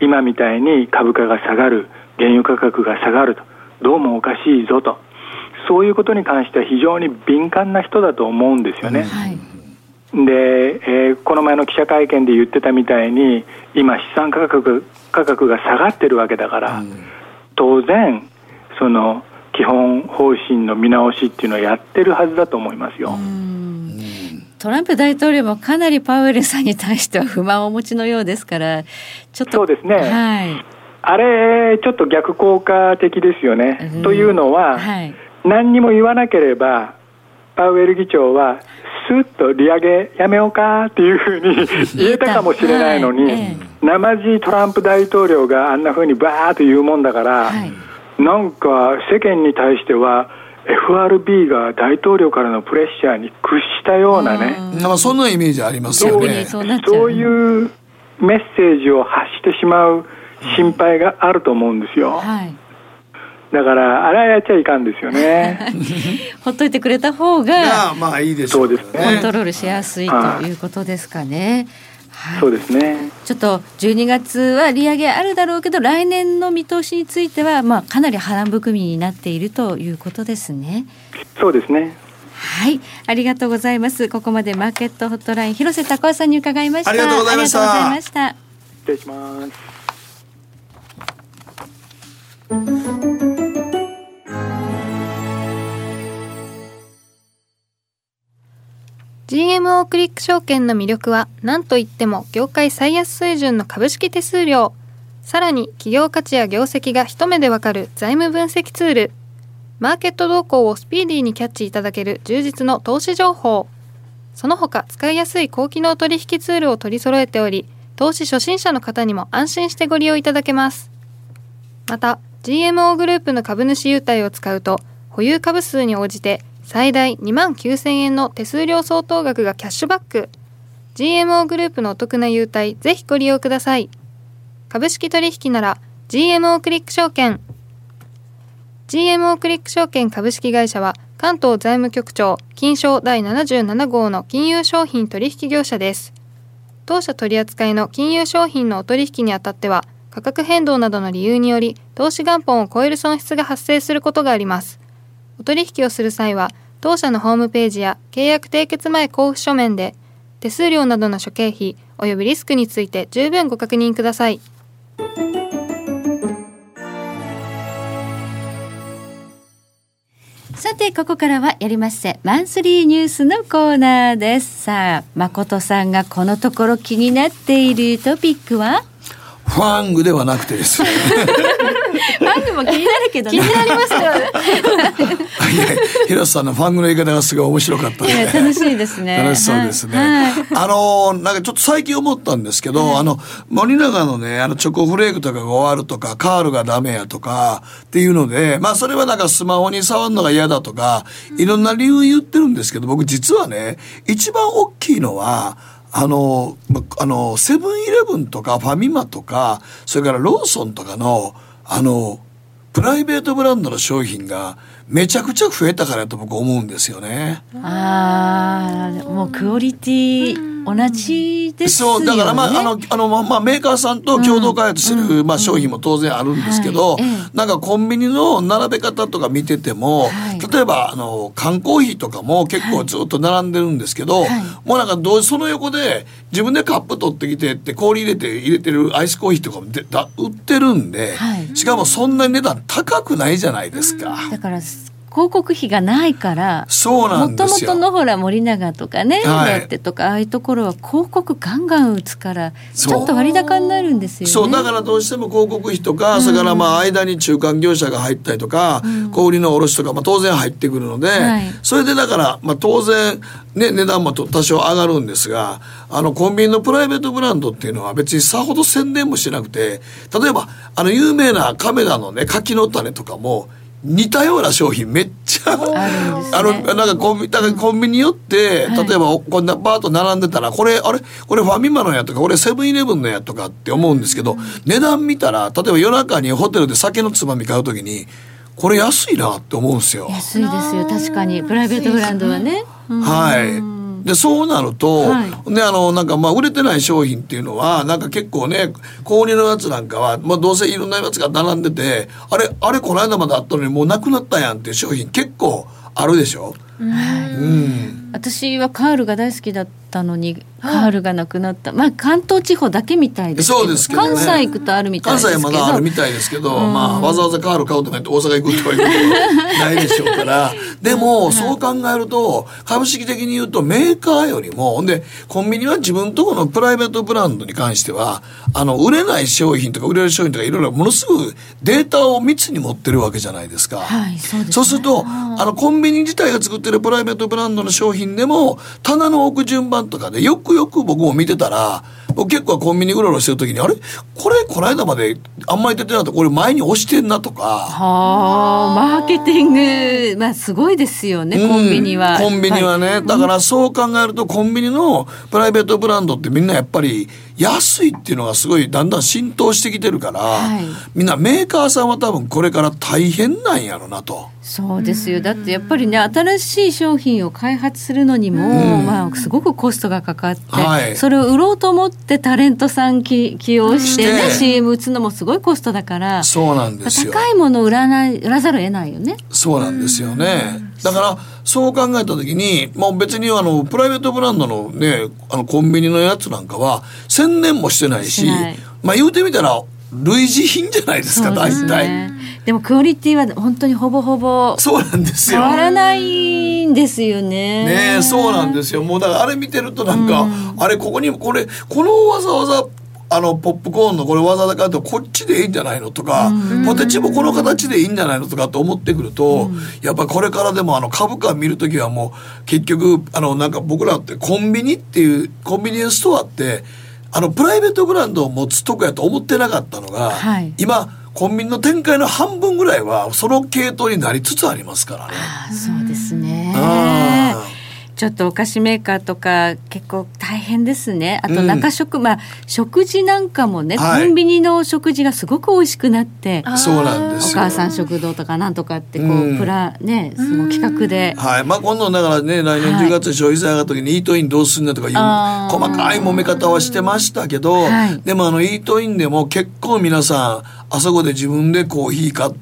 今みたいに株価が下がる、原油価格が下がると、どうもおかしいぞと、そういうことに関しては非常に敏感な人だと思うんですよね。で、この前の記者会見で言ってたみたいに今資産価格が下がってるわけだから、当然その基本方針の見直しっていうのはやってるはずだと思いますよ。 トランプ大統領もかなりパウエルさんに対しては不満をお持ちのようですから、ちょっとそうですね、あれちょっと逆効果的ですよね。というのは、何にも言わなければパウエル議長はスッと利上げやめようかっていうふうに言えたかもしれないのに、生地トランプ大統領があんなふうにバーッと言うもんだから、なんか世間に対してはFRB が大統領からのプレッシャーに屈したようなね、 そんなイメージありますよね。 そういうメッセージを発してしまう心配があると思うんですよ。だからあれはやっちゃいかんですよね。 ほっといてくれた方がまあいいでしょう、 コントロールしやすいということですかね。 そうですね。 ちょっと12月は利上げあるだろうけど、来年の見通しについては、かなり波乱含みになっているということですね。 そうですね。 はい、ありがとうございます。ここまでマーケットホットライン、広瀬孝夫さんに伺いました。 ありがとうございました。 失礼します。 GMO クリック証券の魅力は何といっても業界最安水準の株式手数料、さらに企業価値や業績が一目でわかる財務分析ツール、マーケット動向をスピーディーにキャッチいただける充実の投資情報、その他使いやすい高機能取引ツールを取り揃えており、投資初心者の方にも安心してご利用いただけます。また GMO グループの株主優待を使うと、保有株数に応じて最大29,000円の手数料相当額がキャッシュバック。 GMO グループのお得な優待、ぜひご利用ください。株式取引なら GMO クリック証券。 GMO クリック証券株式会社は関東財務局長金商第77号の金融商品取引業者です。当社取扱いの金融商品のお取引にあたっては、価格変動などの理由により投資元本を超える損失が発生することがあります。お取引をする際は当社のホームページや契約締結前交付書面で手数料などの諸経費およびリスクについて十分ご確認ください。 さて、ここからはやりまっせマンスリーニュースのコーナーです。さあ、誠さんがこのところ気になっているトピックは、 ファングではなくてですねファングも気になるけどね。 気になりますよ広瀬さんのファングの言い方がすごい面白かったね。 楽しいですね。 楽しそうですね、なんかちょっと最近思ったんですけど、森永のね、チョコフレークとかが終わるとか、カールがダメやとかっていうので、それはなんかスマホに触るのが嫌だとかいろんな理由言ってるんですけど、僕実はね、一番大きいのはセブンイレブンとかファミマとか、それからローソンとかのプライベートブランドの商品がめちゃくちゃ増えたからと僕思うんですよね。 もうクオリティ同じですよね。 そうだからメーカーさんと共同開発してる、商品も当然あるんですけど、なんかコンビニの並べ方とか見てても、例えば缶コーヒーとかも結構ずっと並んでるんですけど、もうなんかその横で自分でカップ取ってきてって氷入れてるアイスコーヒーとかも売ってるんで、しかもそんなに値段高くないじゃないですか。 だから広告費がないから、 そうなんですよ。 もともとのほら森永とかね、だってとかああいうところは広告ガンガン打つからちょっと割高になるんですよね。 そうだからどうしても広告費とか、それから間に中間業者が入ったりとか、小売りの卸とか当然入ってくるので、それでだから当然ね、値段も多少上がるんですが、コンビニのプライベートブランドっていうのは別にさほど宣伝もしなくて、例えば有名な亀田のね柿の種とかも似たような商品めっちゃなんかコンビニ寄って、例えばこんなバーッと並んでたら、これファミマのやとか、これセブンイレブンのやとかって思うんですけど、値段見たら例えば夜中にホテルで酒のつまみ買うときにこれ安いなって思うんですよ。 安いですよ、確かにプライベートブランドはね。 でそうなると、でなんか売れてない商品っていうのはなんか結構ね、購入のやつなんかは、どうせいろんなやつが並んでて、あれこの間まであったのにもうなくなったやんっていう商品結構あるでしょ。 私はカールが大好きだったのにカールがなくなった。関東地方だけみたいですけど、 そうですけどね、 関西行くとあるみたいですけど、 関西はまだあるみたいですけど、わざわざカール買うとか言って大阪行くとかいうことないでしょうからでもそう考えると株式的に言うとメーカーよりも、ほんでコンビニは自分とこのプライベートブランドに関しては売れない商品とか売れる商品とかいろいろものすごくデータを密に持ってるわけじゃないですか。そうするとコンビニ自体が作ってるプライベートブランドの商品でも棚の置く順番とかでよく僕も見てたら、僕結構コンビニうろうろしてる時に、あれこれこの間まであんまり出てなかった、これ前に押してんなとか。 マーケティング、すごいですよね、コンビニは。 コンビニはね、だからそう考えるとコンビニのプライベートブランドってみんなやっぱり安いっていうのがすごいだんだん浸透してきてるから、みんなメーカーさんは多分これから大変なんやろなと。 そうですよ。だってやっぱりね、新しい商品を開発するのにも、すごくコストがかかって、それを売ろうと思ってタレントさん起用してね、CM 打つのもすごいコストだから、 そうなんですよ。 高いものを売らざるを得ないよね。 そうなんですよね。だからそう考えた時に、別にプライベートブランドのね、コンビニのやつなんかは宣伝もしてないし、言うてみたら類似品じゃないですか、大体。 でもクオリティは本当にほぼほぼそうなんですよ、 変わらないんですよね。 ねえ、そうなんですよ。もうだからあれ見てるとなんか、あれこのわざわざポップコーンのこれわざわざとこっちでいいんじゃないのとか、ポテチもこの形でいいんじゃないのとかと思ってくると、やっぱこれからでも株価見るときはもう結局なんか僕らってコンビニっていうコンビニエンスストアってプライベートブランドを持つとこやと思ってなかったのが、今コンビニの展開の半分ぐらいはその系統になりつつありますからね。 そうですね。ちょっとお菓子メーカーとか結構大変ですね。あと中食、食事なんかもね、コンビニの食事がすごく美味しくなって、 そうなんですよ。 お母さん食堂とかなんとかってその企画で、 今度だからね、来年10月に消費税上がった時にイートインどうすんねとかいう細かい揉め方はしてましたけど、でもイートインでも結構皆さんあそこで自分でコーヒー買って、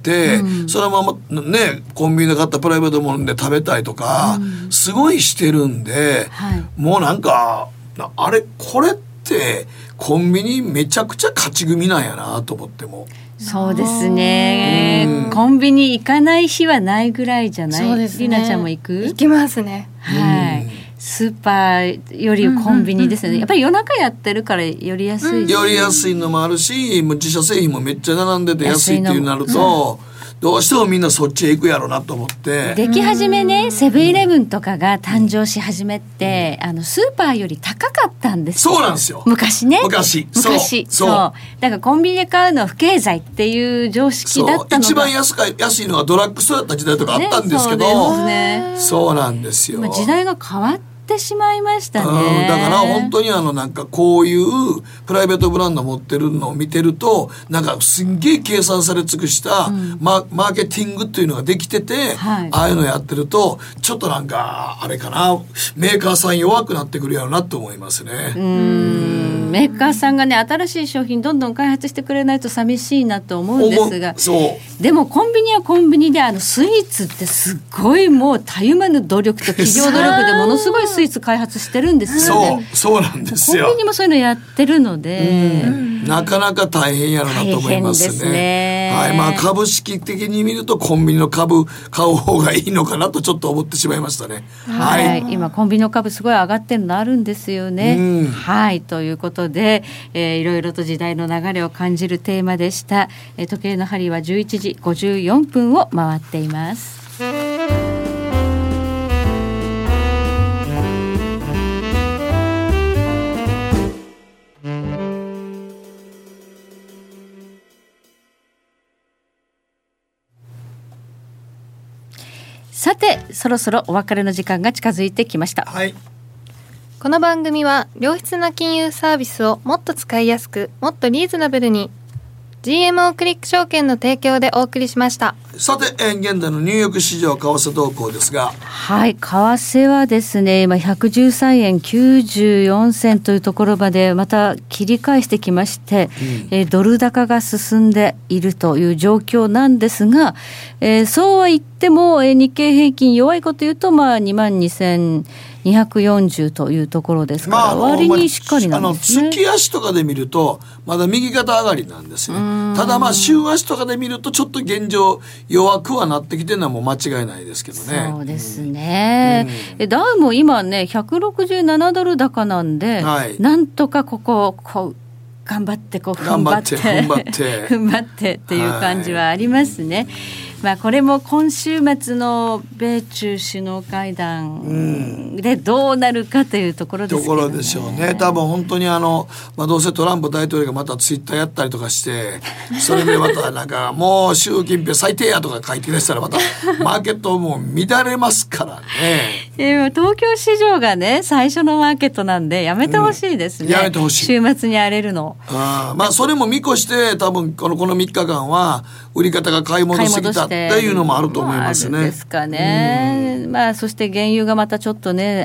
そのままねコンビニで買ったプライベートもので食べたいとか、すごいしてるんで、もうなんかこれってコンビニめちゃくちゃ勝ち組なんやなと思っても。 そうですね、コンビニ行かない日はないぐらいじゃない。りなちゃんも行く？ 行きますね。 スーパーよりコンビニですね、やっぱり夜中やってるからより安い、 より安いのもあるし、自社製品もめっちゃ並んでて安いっていうなると、どうしてもみんなそっちへ行くやろなと思って。 でき始めね、セブンイレブンとかが誕生し始めて、スーパーより高かったんですよ。 そうなんですよ。 昔ね。 昔そうだからコンビニで買うのは不経済っていう常識だったのが、 一番安いのがドラッグストアだった時代とかあったんですけど、そうなんですよ。 時代が変わってしまいましたね。 だから本当になんかこういうプライベートブランド持ってるのを見てると、なんかすんげえ計算され尽くした、マーケティングっていうのができてて、ああいうのやってるとちょっとなんかあれかな、メーカーさん弱くなってくるやろなと思いますね。 メーカーさんがね、新しい商品どんどん開発してくれないと寂しいなと思うんですが、でもコンビニはコンビニでスイーツってすっごいもうたゆまぬ努力と企業努力でものすごいスイーツ開発してるんですよね。 そうなんですよ。 コンビニもそういうのやってるので、 なかなか大変やろなと思いますね。 大変ですね。 株式的に見るとコンビニの株買う方がいいのかなとちょっと思ってしまいましたね。 今コンビニの株すごい上がってるのあるんですよね。ということで、いろいろと時代の流れを感じるテーマでした。時計の針は11時54分を回っています。さて、そろそろお別れの時間が近づいてきました。 この番組は良質な金融サービスをもっと使いやすく、もっとリーズナブルに GMO クリック証券の提供でお送りしました。 さて、現在のニューヨーク市場為替動向ですが、 はい、為替はですね今113円94銭というところまでまた切り返してきまして、ドル高が進んでいるという状況なんですが、そうは言っても、日経平均弱いこと言うと、22,240というところですから、割にしっかりなんですね。 月足とかで見るとまだ右肩上がりなんですね。ただ週足とかで見るとちょっと現状弱くはなってきてるのはもう間違いないですけどね。 そうですね、ダウも今ね167ドル高なんで、なんとかこう頑張って踏ん張ってっていう感じはありますね。これも今週末の米中首脳会談でどうなるかというところですけどね。 ところでしょうね。多分本当にどうせトランプ大統領がまたツイッターやったりとかしてそれでまたもう習近平最低やとか書いて出したらまたマーケットもう乱れますからね。 東京市場がね最初のマーケットなんでやめてほしいですね、 やめてほしい。 週末に荒れるの。 それも見越して多分この3日間は売り方が買い戻してきたっていうのもあると思いますね。 ですかね。そして原油がまたちょっとね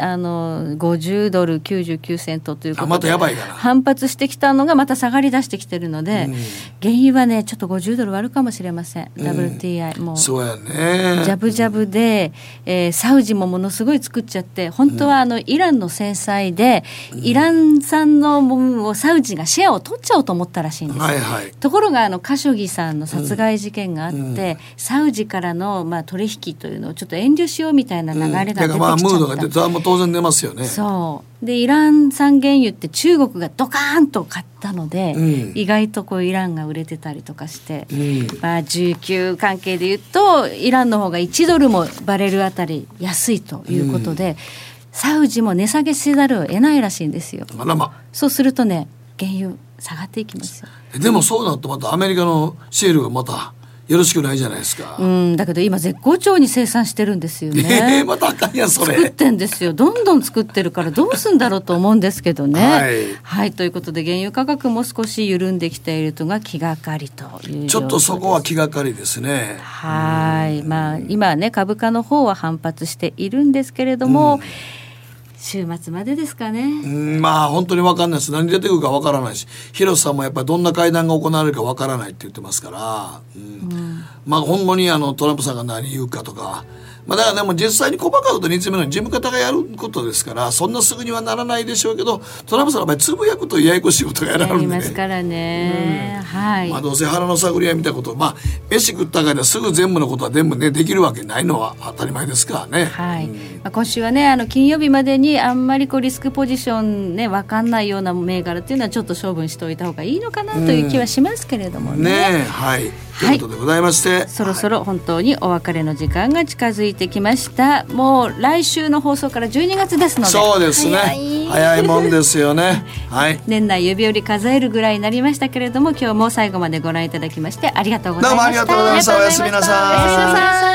50ドル99セントということでまたやばいかな。 反発してきたのがまた下がり出してきてるので、原油はねちょっと50ドル割るかもしれません。WTI もうそうやね。 ジャブジャブで、サウジもものすごい作っちゃって本当はイランの制裁で、イラン産のものをサウジがシェアを取っちゃおうと思ったらしいんです、ところがカショギさんの殺害事件があって、サウジからの、取引というのをちょっと遠慮しようみたいな流れが出てきちゃった、 ムードが出て当然出ますよね。 そうでイラン産原油って中国がドカーンと買ったので、意外とイランが売れてたりとかして、需給関係でいうとイランの方が1ドルもバレルあたり安いということで、サウジも値下げせざるを得ないらしいんですよ。そうするとね原油下がっていきますよ。 でもそうなるとまたアメリカのシェールがまたよろしくないじゃないですか。 だけど今絶好調に生産してるんですよね。 またあかんやんそれ。 作ってんですよ。どんどん作ってるからどうすんだろうと思うんですけどね。はい、ということで原油価格も少し緩んできているのが気がかりというちょっとそこは気がかりですね。 今ね株価の方は反発しているんですけれども、週末までですかね。 本当に分かんないです。何出てくるか分からないし、広瀬さんもやっぱりどんな会談が行われるか分からないって言ってますから、本当にトランプさんが何言うかとか、だからでも実際に細かいことに詰めるのに事務方がやることですから、そんなすぐにはならないでしょうけど、トランプさんはやっぱりつぶやくとややこしいことがやられるんでね。 やりますからね。 どうせ腹の探り合いみたいなこと、飯食ったからすぐ全部のことは全部ねできるわけないのは当たり前ですからね。 今週はね金曜日までにあんまりリスクポジションね分かんないような銘柄っていうのはちょっと処分しておいた方がいいのかなという気はしますけれどもね。 ということでございまして、 そろそろ本当にお別れの時間が近づいてきました。もう来週の放送から12月ですので。 そうですね。早いもんですよね。 年内指折り数えるぐらいになりましたけれども、今日も最後までご覧いただきましてありがとうございました。 どうもありがとうございました。おやすみなさい。